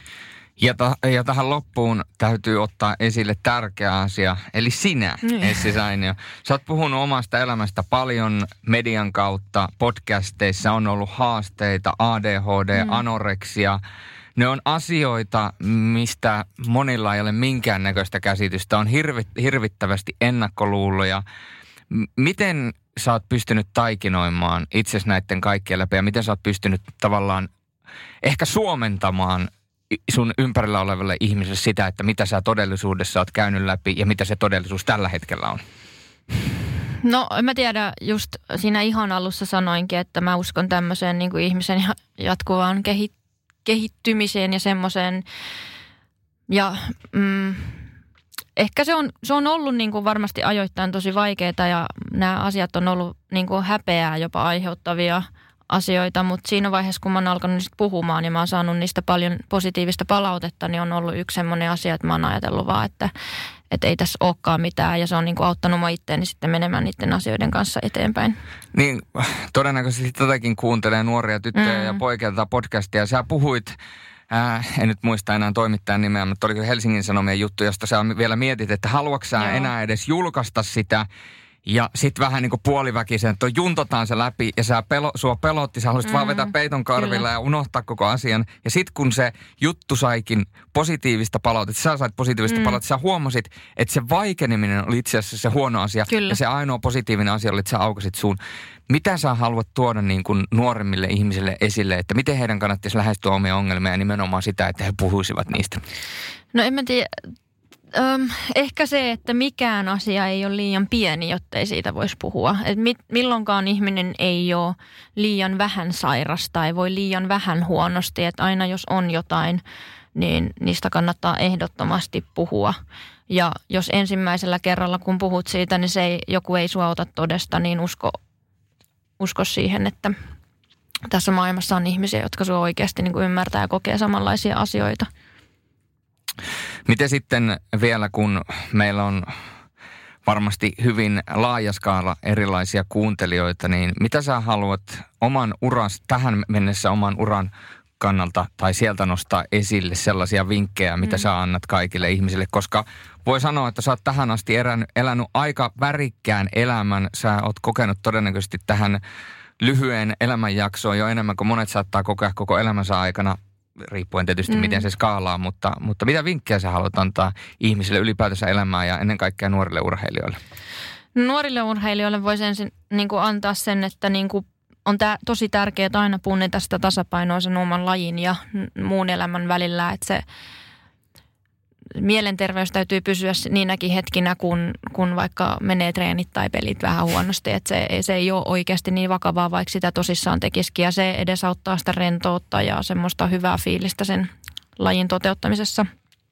Ja tähän loppuun täytyy ottaa esille tärkeä asia, eli sinä, Essi Sainio. Sä oot puhunut omasta elämästä paljon median kautta, podcasteissa on ollut haasteita, ADHD, anoreksia. Ne on asioita, mistä monilla ei ole minkäännäköistä käsitystä, on hirvittävästi ennakkoluuloja. Miten sä oot pystynyt taikinoimaan itsesi näiden kaikkien läpi ja miten sä oot pystynyt tavallaan ehkä suomentamaan sun ympärillä olevalle ihmiselle sitä, että mitä sä todellisuudessa oot käynyt läpi ja mitä se todellisuus tällä hetkellä on? No en mä tiedä, just siinä ihan alussa sanoinkin, että mä uskon tämmöiseen niin kuin ihmisen jatkuvaan kehittymiseen ja semmoiseen. Ja ehkä se on ollut niin kuin varmasti ajoittain tosi vaikeaa ja nämä asiat on ollut niin kuin häpeää jopa aiheuttavia asioita, mutta siinä vaiheessa, kun mä oon alkanut niistä puhumaan ja mä oon saanut niistä paljon positiivista palautetta, niin on ollut yksi semmoinen asia, että mä oon ajatellut vaan, että ei tässä olekaan mitään ja se on niin kuin auttanut mua itteeni sitten menemään niiden asioiden kanssa eteenpäin. Niin, todennäköisesti tätäkin kuuntelee nuoria tyttöjä ja poikia tätä podcastia. Sä puhuit, en nyt muista enää toimittajan nimeä, mutta oliko Helsingin Sanomien juttu, josta sä vielä mietit, että haluatko sä enää edes julkaista sitä. Ja sitten vähän niin kuin puoliväkisen, että juntotaan se läpi ja sua pelotti, sä haluaisit vaan vetää peiton karvilla ja unohtaa koko asian. Ja sitten kun se juttu saikin positiivista palautetta, sä sait positiivista palautetta, sä huomasit, että se vaikeneminen oli itse asiassa se huono asia. Kyllä. Ja se ainoa positiivinen asia oli, että sä aukasit suun. Mitä sä haluat tuoda niin kuin nuoremmille ihmisille esille, että miten heidän kannattaisi lähestyä omia ongelmia ja nimenomaan sitä, että he puhuisivat niistä? No en mä tiedä. Ehkä se, että mikään asia ei ole liian pieni, jotta ei siitä voisi puhua. Et milloinkaan ihminen ei ole liian vähän sairas tai voi liian vähän huonosti. Että aina jos on jotain, niin niistä kannattaa ehdottomasti puhua. Ja jos ensimmäisellä kerralla, kun puhut siitä, niin joku ei sua ota todesta, niin usko siihen, että tässä maailmassa on ihmisiä, jotka sua oikeasti niin kuin ymmärtää ja kokee samanlaisia asioita. Miten sitten vielä, kun meillä on varmasti hyvin laaja skaala erilaisia kuuntelijoita, niin mitä sä haluat tähän mennessä oman uran kannalta tai sieltä nostaa esille sellaisia vinkkejä, mitä sä annat kaikille ihmisille? Koska voi sanoa, että sä oot tähän asti elänyt aika värikkään elämän. Sä oot kokenut todennäköisesti tähän lyhyen elämänjaksoon jo enemmän kuin monet saattaa kokea koko elämänsä aikana. Riippuen tietysti, miten se skaalaa, mutta mitä vinkkejä sä haluat antaa ihmisille ylipäätänsä elämään ja ennen kaikkea nuorille urheilijoille? Nuorille urheilijoille voisi ensin niin kuin antaa sen, että niin kuin on tosi tärkeää aina punnita sitä tasapainoa sen oman lajin ja muun elämän välillä, että se mielenterveys täytyy pysyä niinäkin hetkinä, kun vaikka menee treenit tai pelit vähän huonosti. Että se ei ole oikeasti niin vakavaa, vaikka sitä tosissaan tekisikin. Ja se edesauttaa sitä rentoutta ja semmoista hyvää fiilistä sen lajin toteuttamisessa.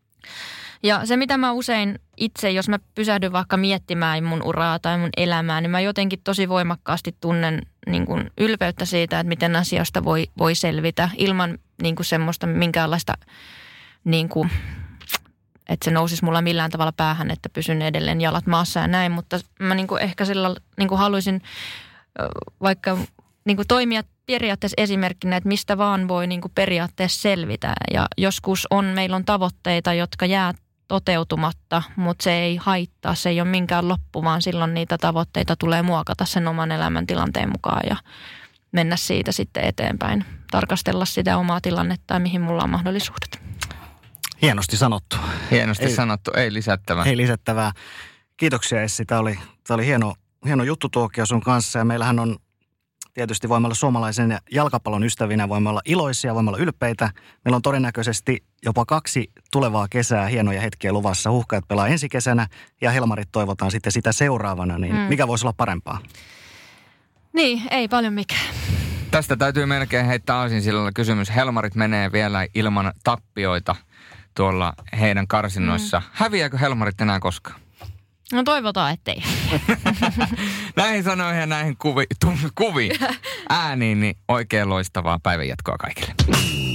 Ja se, mitä mä usein itse, jos mä pysähdyn vaikka miettimään mun uraa tai mun elämää, niin mä jotenkin tosi voimakkaasti tunnen niin kuin ylpeyttä siitä, että miten asioista voi selvitä ilman niin kuin semmoista minkäänlaista niin kuin että se nousisi mulla millään tavalla päähän, että pysyn edelleen jalat maassa ja näin. Mutta mä niinku ehkä sillä niinku haluaisin vaikka niinku toimia periaatteessa esimerkkinä, että mistä vaan voi niinku periaatteessa selvitä. Ja joskus meillä on tavoitteita, jotka jää toteutumatta, mutta se ei haittaa, se ei ole minkään loppu, vaan silloin niitä tavoitteita tulee muokata sen oman elämäntilanteen mukaan ja mennä siitä sitten eteenpäin. Tarkastella sitä omaa tilannetta ja mihin mulla on mahdollisuudet. Hienosti sanottu. Sanottu, ei lisättävää. Ei lisättävää. Kiitoksia Essi, tämä oli hieno juttu tuokio sun kanssa ja meillähän on tietysti voimme olla suomalaisen jalkapallon ystävinä, voimme olla iloisia, voimme olla ylpeitä. Meillä on todennäköisesti jopa 2 tulevaa kesää hienoja hetkiä luvassa. Huuhkajat pelaa ensi kesänä ja Helmarit toivotaan sitten sitä seuraavana, niin mikä voisi olla parempaa? Niin, ei paljon mikään. Tästä täytyy melkein heittää aasinsilalla kysymys. Helmarit menee vielä ilman tappioita tuolla heidän karsinnoissa. Häviääkö Helmarit enää koskaan? No toivotaan, ettei. Näihin sanoihin ja näihin kuviin ääniin, niin oikein loistavaa päivänjatkoa kaikille.